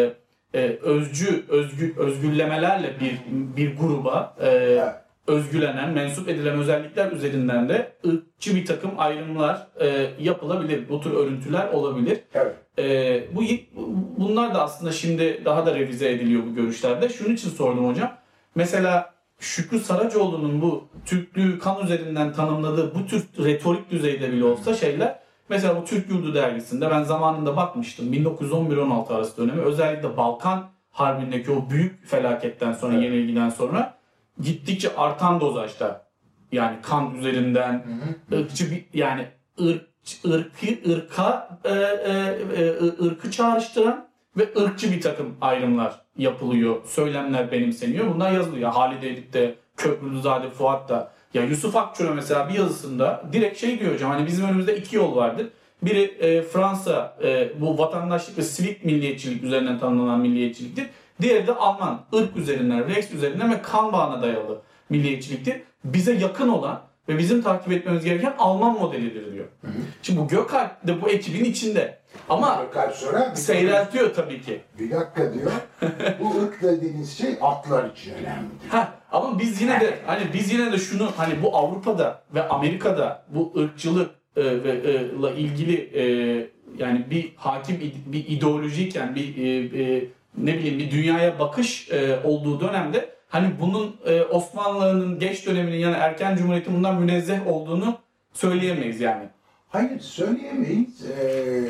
e, özcü, özgü, özgürlemelerle bir bir gruba e, özgülenen, mensup edilen özellikler üzerinden de ırkçı bir takım ayrımlar e, yapılabilir. Bu tür örüntüler olabilir. Evet. E, bu bunlar da aslında şimdi daha da revize ediliyor bu görüşlerde. Şunun için sordum hocam. Mesela Şükrü Saraçoğlu'nun bu Türklüğü kan üzerinden tanımladığı bu tür retorik düzeyde bile olsa şeyler mesela bu Türk Yurdu dergisinde ben zamanında bakmıştım bin dokuz yüz on bir on altı arası dönemi özellikle Balkan Harbi'ndeki o büyük felaketten sonra evet. yenilgiden sonra gittikçe artan dozajda yani kan üzerinden hı hı. ırkçı bir yani ırk ırkı ırka e, e, ırkı çağrıştıran ve ırkçı bir takım ayrımlar yapılıyor, söylemler benimseniyor. Bunlar yazılıyor. Halide Edip de, Köprülüzade Fuat da. Ya Yusuf Akçura mesela bir yazısında direkt şey diyor hocam hani bizim önümüzde iki yol vardır. Biri e, Fransa e, bu vatandaşlık ve sivik milliyetçilik üzerinden tanımlanan milliyetçiliktir. Diğeri de Alman, ırk üzerinden, Rex üzerinden ve kan bağına dayalı milliyetçiliktir. Bize yakın olan ve bizim takip etmemiz gereken Alman modelidir diyor. Hı hı. Şimdi bu Gökalp de bu ekibin içinde. Ama sonra seyreltiyor tabii ki. Bir dakika diyor. Bu ırk dediğiniz şey atlar için önemlidir. Ha, ama biz yine de hani biz yine de şunu hani bu Avrupa'da ve Amerika'da bu ırkçılık e, ve e, la ilgili e, yani bir hakim bir ideolojiyken bir e, e, ne bileyim bir dünyaya bakış e, olduğu dönemde hani bunun e, Osmanlı'nın geç döneminin yani erken cumhuriyetin bundan münezzeh olduğunu söyleyemeyiz yani. Hayır söyleyemeyiz. Ee,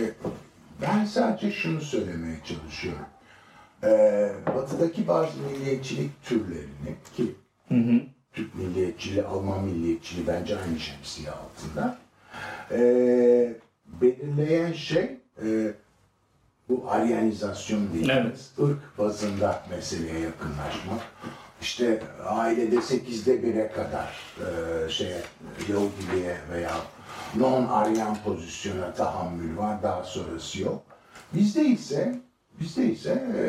ben sadece şunu söylemeye çalışıyorum. Ee, batıdaki bazı milliyetçilik türlerini ki hı hı. Türk milliyetçiliği, Alman milliyetçiliği bence aynı şemsiye altında. Ee, belirleyen şey e, bu aryanizasyon dediğimiz evet. ırk bazında meseleye yakınlaşmak. İşte ailede sekizde bire kadar e, şeye Yahudiliğe veya non-Aryan pozisyona tahammül var, daha sonrası yok. Bizde ise, bizde ise e,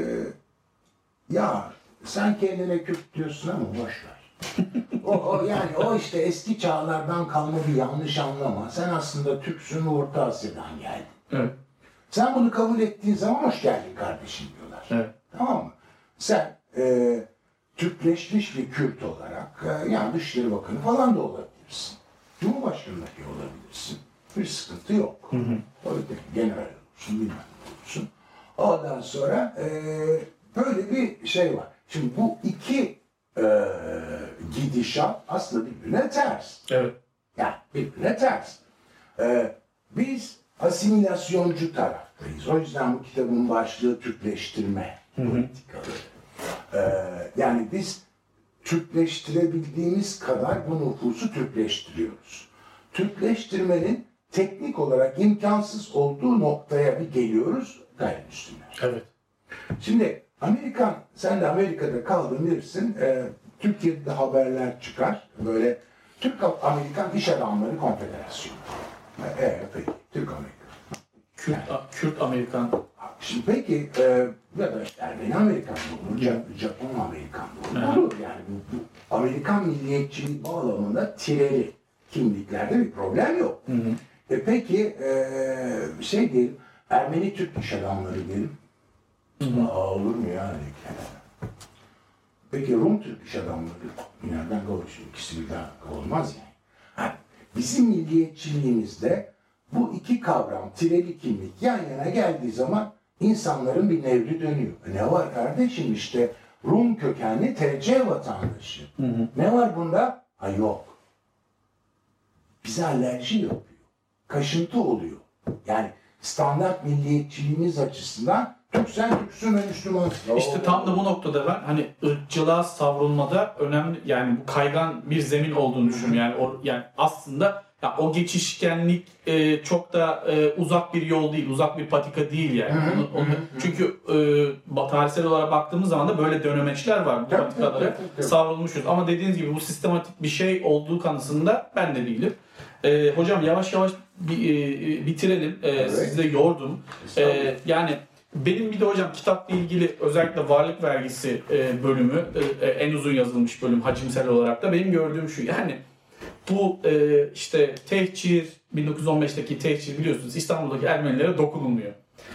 ya sen kendine Kürt diyorsun ama boş ver. o, o yani o işte eski çağlardan kalma bir yanlış anlama. Sen aslında Türksün, Orta Asya'dan geldin. Evet. Sen bunu kabul ettiğin zaman hoş geldin kardeşim diyorlar. Evet. Tamam mı? Sen e, Türkleşmiş bir Kürt olarak e, yani Dışişleri Bakanı falan da olabilirsin. Cumhurbaşkanı dahi olabilirsin. Bir sıkıntı yok. Hı hı. Öyle general olursun, bilmem olursun. Ondan sonra e, böyle bir şey var. Şimdi bu iki e, gidişat aslında birbirine ters. Evet. Yani birbirine ters. E, biz asimilasyoncu taraftayız. O yüzden bu kitabın başlığı Türkleştirme politikaları. E, yani biz Türkleştirebildiğimiz kadar bu nüfusu Türkleştiriyoruz. Türkleştirmenin teknik olarak imkansız olduğu noktaya bir geliyoruz gayrimüslimler. Evet. Şimdi Amerikan, sen de Amerika'da kaldın bilirsin, e, Türkiye'de de haberler çıkar. Böyle Türk-Amerikan İş Adamları Konfederasyonu. Evet, peki. Türk-Amerikan. Kürt, yani. Kürt Amerikan. Şimdi peki, e, ya da Ermeni Amerikan da olur, Japon Amerikan da olur. Olur yani bu, bu Amerikan milliyetçiliği bağlamında tireli kimliklerde bir problem yok. Hı hı. E peki, e, şey diyelim, Ermeni Türk iş adamları diyelim. Hı hı. Aa, olur mu ya? Peki Rum Türk iş adamları, nereden kavuşuyor? İkisi birden olmaz yani. Ha, bizim milliyetçiliğimizde bu iki kavram, tireli kimlik yan yana geldiği zaman insanların bir nevri dönüyor. Ne var kardeşim işte Rum kökenli T C vatandaşı. Hı hı. Ne var bunda? Ha yok. Bize alerji yapıyor. Kaşıntı oluyor. Yani standart milliyetçiliğimiz açısından Türk sen Türksün ve Müslümansın. İşte tam da bu noktada ben hani ırkçılığa savrulmada önemli yani bu kaygan bir zemin olduğunu düşünüyorum. Yani o yani aslında ya o geçişkenlik e, çok da e, uzak bir yol değil, uzak bir patika değil yani. Onu, onu, çünkü e, tarihsel olarak baktığımız zaman da böyle dönemeçler var bu patikalara savrulmuşuz. Ama dediğiniz gibi bu sistematik bir şey olduğu kanısında ben de değilim. E, hocam yavaş yavaş bi, e, bitirelim. E, evet. Sizi de yordum. E, yani benim bir de hocam kitapla ilgili özellikle varlık vergisi e, bölümü e, en uzun yazılmış bölüm hacimsel olarak da benim gördüğüm şu yani bu e, işte tehcir bin dokuz yüz on beşteki tehcir biliyorsunuz İstanbul'daki Ermenilere dokunulmuyor.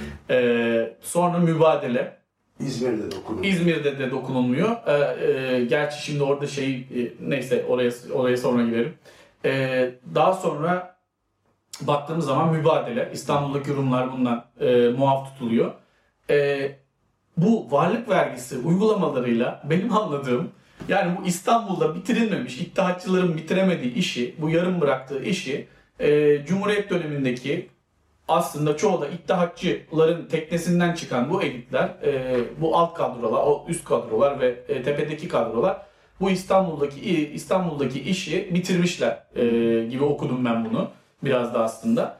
E, sonra mübadele İzmir'de dokunulmuyor. İzmir'de de dokunulmuyor. E, e, gerçi şimdi orada şey e, neyse oraya oraya sonra gidelim. E, daha sonra baktığımız zaman mübadele İstanbul'daki Rumlar bundan e, muaf tutuluyor. E, bu varlık vergisi uygulamalarıyla benim anladığım yani bu İstanbul'da bitirilmemiş, İttihatçıların bitiremediği işi, bu yarım bıraktığı işi e, Cumhuriyet dönemindeki aslında çoğu da İttihatçıların teknesinden çıkan bu elitler, e, bu alt kadrolar, o üst kadrolar ve e, tepedeki kadrolar bu İstanbul'daki İstanbul'daki işi bitirmişler e, gibi okudum ben bunu biraz da aslında.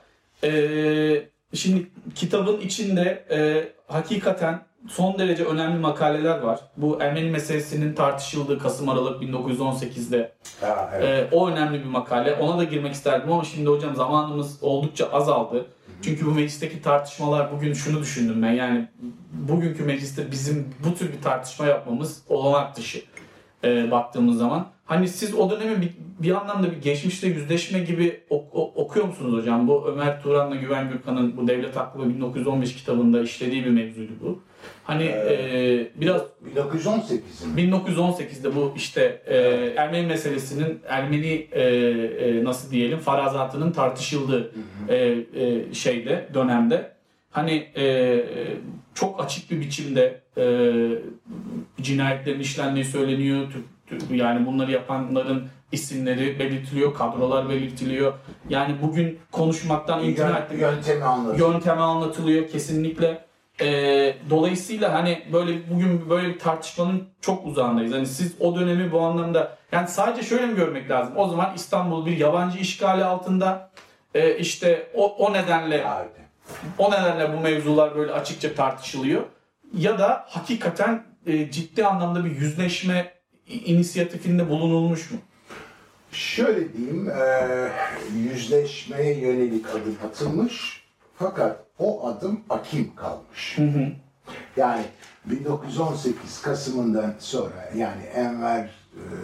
E, şimdi kitabın içinde e, hakikaten son derece önemli makaleler var. Bu Ermeni meselesinin tartışıldığı Kasım-Aralık bin dokuz yüz on sekizde ha, evet. e, o önemli bir makale. Ona da girmek isterdim ama şimdi hocam zamanımız oldukça azaldı. Hı hı. Çünkü bu meclisteki tartışmalar bugün şunu düşündüm ben yani bugünkü mecliste bizim bu tür bir tartışma yapmamız olanak dışı e, baktığımız zaman. Hani siz o dönemi bir, bir anlamda bir geçmişle yüzleşme gibi ok, ok, okuyor musunuz hocam? Bu Ömer Turan'la Güven Gürkan'ın bu Devlet Haklı bin dokuz yüz on beş kitabında işlediği bir mevzuydu bu. Hani ee, e, biraz bin dokuz yüz on sekiz'in bin dokuz yüz on sekiz'de bu işte e, Ermeni meselesinin Ermeni e, e, nasıl diyelim farazatının tartışıldığı hı hı. E, e, şeyde dönemde hani e, çok açık bir biçimde e, cinayetlerin işlendiği söyleniyor. Yani bunları yapanların isimleri belirtiliyor, kadrolar belirtiliyor. Yani bugün konuşmaktan imtina ettik. Yöntemi anlatılıyor. Yöntemi anlatılıyor kesinlikle. Ee, dolayısıyla hani böyle bugün böyle bir tartışmanın çok uzağındayız. Hani siz o dönemi bu anlamda yani sadece şöyle mi görmek lazım? O zaman İstanbul bir yabancı işgali altında e, işte o, o nedenle evet. o nedenle bu mevzular böyle açıkça tartışılıyor. Ya da hakikaten e, ciddi anlamda bir yüzleşme inisiyatifinde bulunulmuş mu? Şöyle diyeyim, e, yüzleşmeye yönelik adım atılmış fakat o adım akim kalmış. Hı hı. Yani bin dokuz yüz on sekiz Kasım'ından sonra yani Enver e,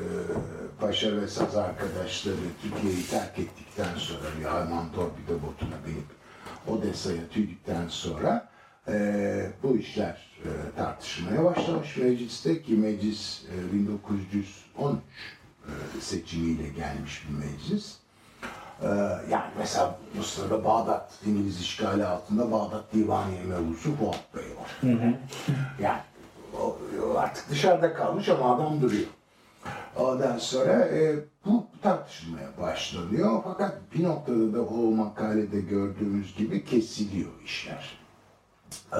Paşa ve saz arkadaşları Türkiye'yi terk ettikten sonra bir Alman torpido botuna binip Odessa'ya tüydükten sonra e, bu işler e, tartışılmaya başlamış mecliste ki meclis e, bin dokuz yüz on üç e, seçimiyle gelmiş bir meclis. E, yani mesela bu sırada Bağdat İngiliz işgali altında Bağdat Divaniye Mevusu Fuat Bey var. Hı hı. Yani o, o artık dışarıda kalmış ama adam duruyor. Ondan sonra e, bu tartışılmaya başlanıyor fakat bir noktada da o makalede gördüğümüz gibi kesiliyor işler. Ee,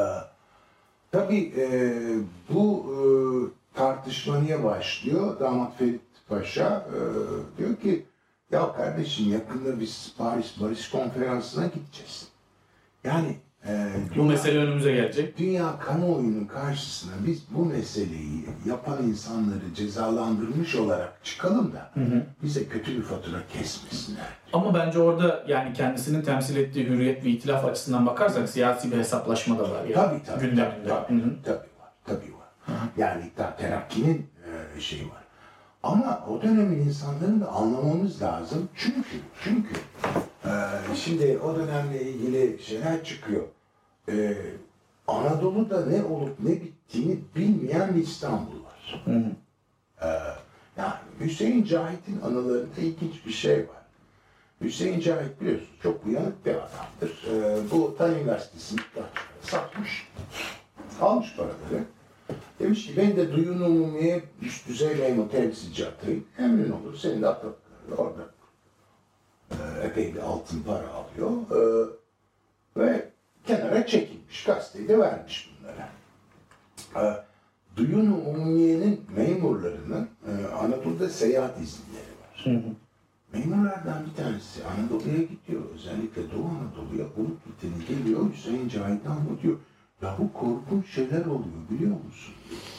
tabii e, bu e, tartışma niye başlıyor? Damat Ferit Paşa e, diyor ki ya kardeşim yakında biz Paris Barış Konferansı'na gideceğiz. Yani e, bu dünya, mesele önümüze gelecek. Dünya kamuoyunun karşısına biz bu meseleyi yapan insanları cezalandırmış olarak çıkalım da hı hı. bize kötü bir fatura kesmesinler. Ama bence orada yani kendisinin temsil ettiği hürriyet ve itilaf açısından bakarsak siyasi bir hesaplaşma da var. Yani. Tabii tabii. Gündeminde. Tabii, tabii, tabii var. Tabii var. Hı hı. Yani İttihat Terakki'nin e, şeyi var. Ama o dönemin insanlarını da anlamamız lazım. Çünkü çünkü e, şimdi o dönemle ilgili şeyler çıkıyor. E, Anadolu'da ne olup ne bittiğini bilmeyen bir İstanbul var. Hı hı. E, yani Hüseyin Cahit'in anılarında ilginç bir şey var. Hüseyin Cahit biliyorsunuz çok uyanık bir adamdır. Ee, bu Talim Gazetesi'ni satmış. Almış paraları. Demiş ki ben de Duyun Umumi'ye üst düzey memur temsilci atayım. Emrin olur. Senin de atadıkları orada e, epey bir altın para alıyor. E, ve kenara çekilmiş. Gazeteyi de vermiş bunlara. E, Duyun Umumiye'nin memurlarının e, Anadolu'da seyahat izinleri var. Hı hı. Memurlardan bir tanesi Anadolu'ya gidiyor. Özellikle Doğu Anadolu'ya Ulut Biteni geliyor. Hüseyin Cahit'e anlatıyor. Ya bu korkunç şeyler oluyor biliyor musun?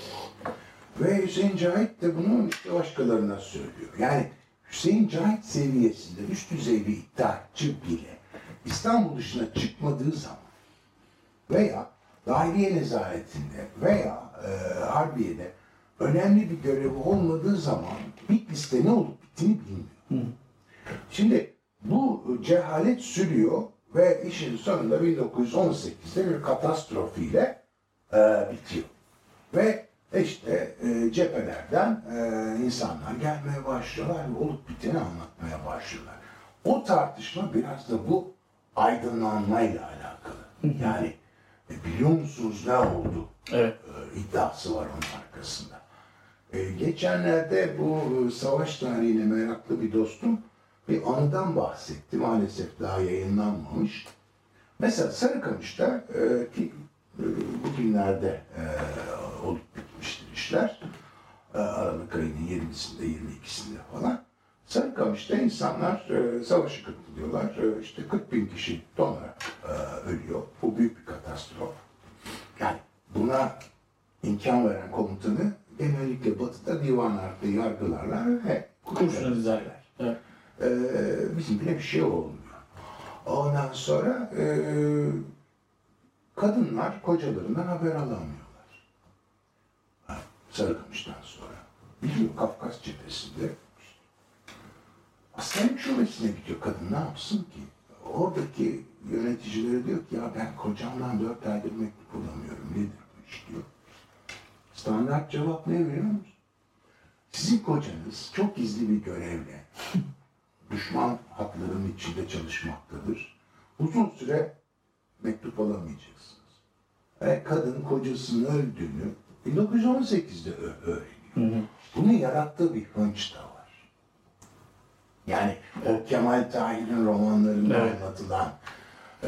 Ve Hüseyin Cahit de bunu işte başkalarına söylüyor. Yani Hüseyin Cahit seviyesinde üst düzey bir iddiatçı bile İstanbul dışına çıkmadığı zaman veya dahiliye nezaretinde veya e, Harbiye'de önemli bir görevi olmadığı zaman Bitlis'te ne olup bittiğini bilmiyor. Hı. Şimdi bu cehalet sürüyor ve işin sonunda bin dokuz yüz on sekizde bir katastrofiyle e, bitiyor. Ve işte e, cephelerden e, insanlar gelmeye başlıyorlar ve olup biteni anlatmaya başlıyorlar. O tartışma biraz da bu aydınlanmayla alakalı. Yani e, biliyor musunuz ne oldu? Evet. E, iddiası var onun arkasında. E, geçenlerde bu e, savaş tarihine meraklı bir dostum bir anıdan bahsetti. Maalesef daha yayınlanmamış. Mesela Sarıkamış'ta e, ki e, bugünlerde e, olup bitmiştir işler. E, Aralık ayının yirmisinde, yirmi ikisinde falan. Sarıkamış'ta insanlar e, savaşı katılıyorlar. E, işte kırk bin kişi donarak e, ölüyor. Bu büyük bir katastrof. Yani buna imkan veren komutanı genellikle Batı'da divanlarda yargılarlar ve kurşun dizerler. Evet. Ee, bizimkine bir şey olmuyor. Ondan sonra e, kadınlar kocalarından haber alamıyorlar. Sarıkamış'tan sonra. Biliyor Kafkas cephesinde. Askerlik şubesine gidiyor. Kadın ne yapsın ki? Oradaki yöneticileri diyor ki ya ben kocamdan dört aydır mektup bulamıyorum. Nedir bu iş diyor. Standart cevap ne biliyor musun? Sizin kocanız çok gizli bir görevle düşman hatlarının içinde çalışmaktadır. Uzun süre mektup alamayacaksınız. Ve kadın kocasının öldüğünü bin dokuz yüz on sekizde öğreniyor. Hı hı. Bunun yarattığı bir hınç da var. Yani o Kemal Tahir'in romanlarında evet. anlatılan e,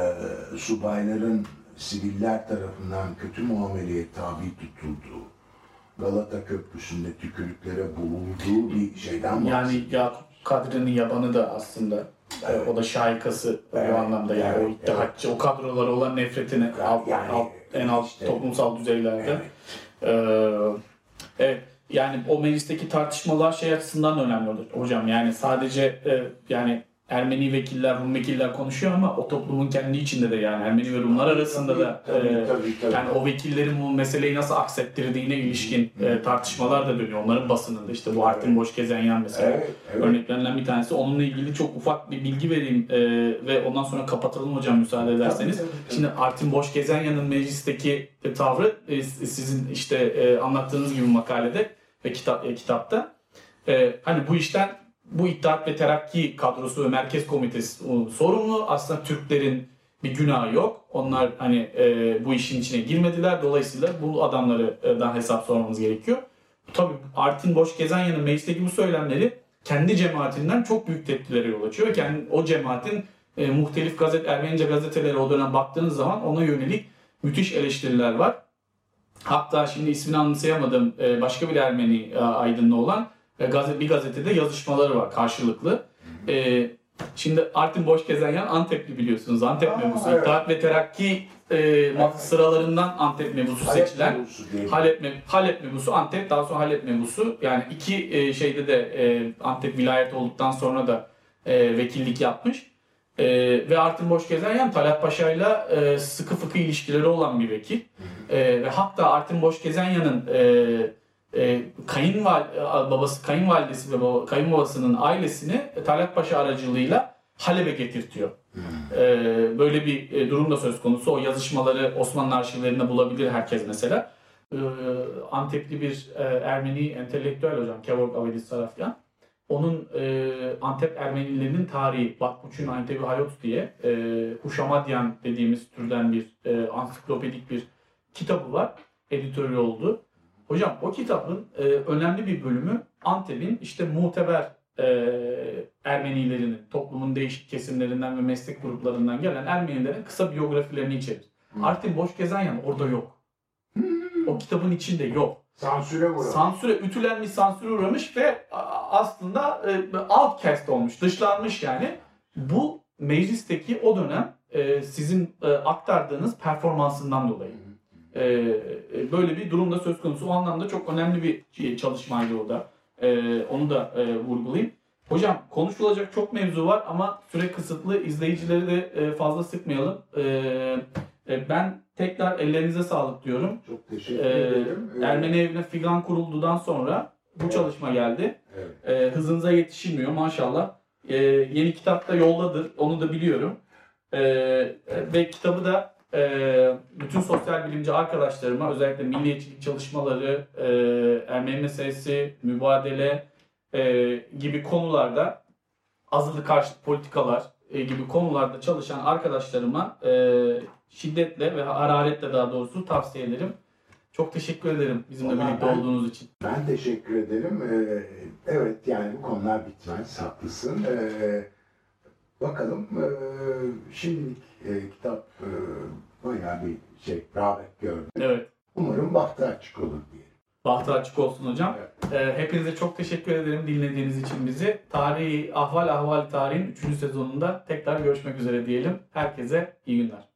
subayların siviller tarafından kötü muameleye tabi tutulduğu, Galata Köprüsü'nde tükürüklere boğulduğu bir şeyden bahsediyor. Yani Yakup Kadri'nin yabanı da aslında evet. o da şaikası evet. o anlamda yani evet. o iddihatçı, evet. o kadrolara olan nefretini yani, alt, yani, alt, en alt işte, toplumsal düzeylerde. Evet. Ee, evet. Yani o meclisteki tartışmalar şey açısından da önemli olur hocam. Yani sadece e, yani Ermeni vekiller, Rum vekiller konuşuyor ama o toplumun kendi içinde de yani Ermeni ve Rumlar arasında tabii, da tabii, e, tabii, tabii. yani o vekillerin bu meseleyi nasıl aksettirdiğine ilişkin e, tartışmalar da dönüyor. Onların basınında işte bu Artin Boşgezenyan mesela evet, evet. örneklerinden bir tanesi. Onunla ilgili çok ufak bir bilgi vereyim e, ve ondan sonra kapatalım hocam müsaade ederseniz. Tabii, tabii, tabii. Şimdi Artin Boşgezenyan'ın meclisteki tavrı e, sizin işte e, anlattığınız gibi makalede ve kitap e, kitapta e, hani bu işten bu İttihat ve Terakki kadrosu ve Merkez Komitesi sorumlu. Aslında Türklerin bir günahı yok. Onlar hani e, bu işin içine girmediler. Dolayısıyla bu adamlardan hesap sormamız gerekiyor. Tabii Artin Boşgezenyan'ın meclisteki bu söylemleri kendi cemaatinden çok büyük tepkilere yol açıyor. Ve kendi, o cemaatin e, muhtelif gazete, Ermenice gazetelere o dönem baktığınız zaman ona yönelik müthiş eleştiriler var. Hatta şimdi ismini anımsayamadığım e, başka bir Ermeni e, aydınlı olan bir gazetede yazışmaları var karşılıklı. Ee, şimdi Artin Boşgezenyan Antepli biliyorsunuz. Antep Aa, mebusu. Evet. İttihat ve Terakki e, evet. sıralarından Antep mebusu Halep seçilen. Mebusu Halep, me, Halep mebusu Antep, daha sonra Halep mebusu. Yani iki e, şeyde de e, Antep vilayeti olduktan sonra da e, vekillik yapmış. E, ve Artin Boşgezenyan Talat Paşa'yla e, sıkı fıkı ilişkileri olan bir vekil. E, ve hatta Artin Boşgezenyan'ın e, E, kayınval babası kayınvalidesi ve baba, kayınbabasının ailesini Talat Paşa aracılığıyla Halep'e getirtiyor. Hmm. E, böyle bir e, durum da söz konusu. O yazışmaları Osmanlı arşivlerinde bulabilir herkes mesela. E, Antepli bir e, Ermeni entelektüel hocam Kevork Avedis Sarafyan. Onun e, Antep Ermenilerinin tarihi, Batbuçun Antebi Hayot diye e, Huşamadyan dediğimiz türden bir e, ansiklopedik bir kitabı var. Editörü oldu. Hocam o kitabın e, önemli bir bölümü Antep'in işte muteber e, Ermenilerinin, toplumun değişik kesimlerinden ve meslek gruplarından gelen Ermenilerin kısa biyografilerini içerir. Hmm. Artin Boşgezenyan orada yok. Hmm. O kitabın içinde yok. Sansüre uğramış. Sansüre, ütülenmiş, sansüre uğramış ve aslında e, outcast olmuş, dışlanmış yani. Bu meclisteki o dönem e, sizin e, aktardığınız performansından dolayı. E, böyle bir durumda söz konusu. O anlamda çok önemli bir çalışmaydı o da. E, onu da e, vurgulayayım. Hocam konuşulacak çok mevzu var ama süre kısıtlı. İzleyicileri de e, fazla sıkmayalım. E, e, ben tekrar ellerinize sağlık diyorum. Çok teşekkür ee, ederim. Ermeni Evi'ne figan kuruldudan sonra bu evet. çalışma geldi. Evet. Ee, hızınıza yetişilmiyor maşallah. Ee, yeni kitap da yoldadır. Onu da biliyorum. Ee, ve kitabı da e, bütün sosyal bilimci arkadaşlarıma özellikle milliyetçilik çalışmaları, e, Ermeni meselesi, mübadele e, gibi konularda azınlık karşıtı politikalar e, gibi konularda çalışan arkadaşlarıma e, şiddetle ve hararetle daha doğrusu tavsiye ederim. Çok teşekkür ederim bizimle Vallahi birlikte ben, olduğunuz için. Ben teşekkür ederim. Ee, evet yani bu konular bitmez, haklısın. Ee, bakalım ee, şimdilik e, kitap e, bayağı bir şey rağbet gördü. Evet. Umarım bahtı açık olur diye. Bahtı açık olsun hocam. Evet. Ee, hepinize çok teşekkür ederim dinlediğiniz için bizi. Tarihi Ahval Ahval Tarihin üçüncü sezonunda tekrar görüşmek üzere diyelim. Herkese iyi günler.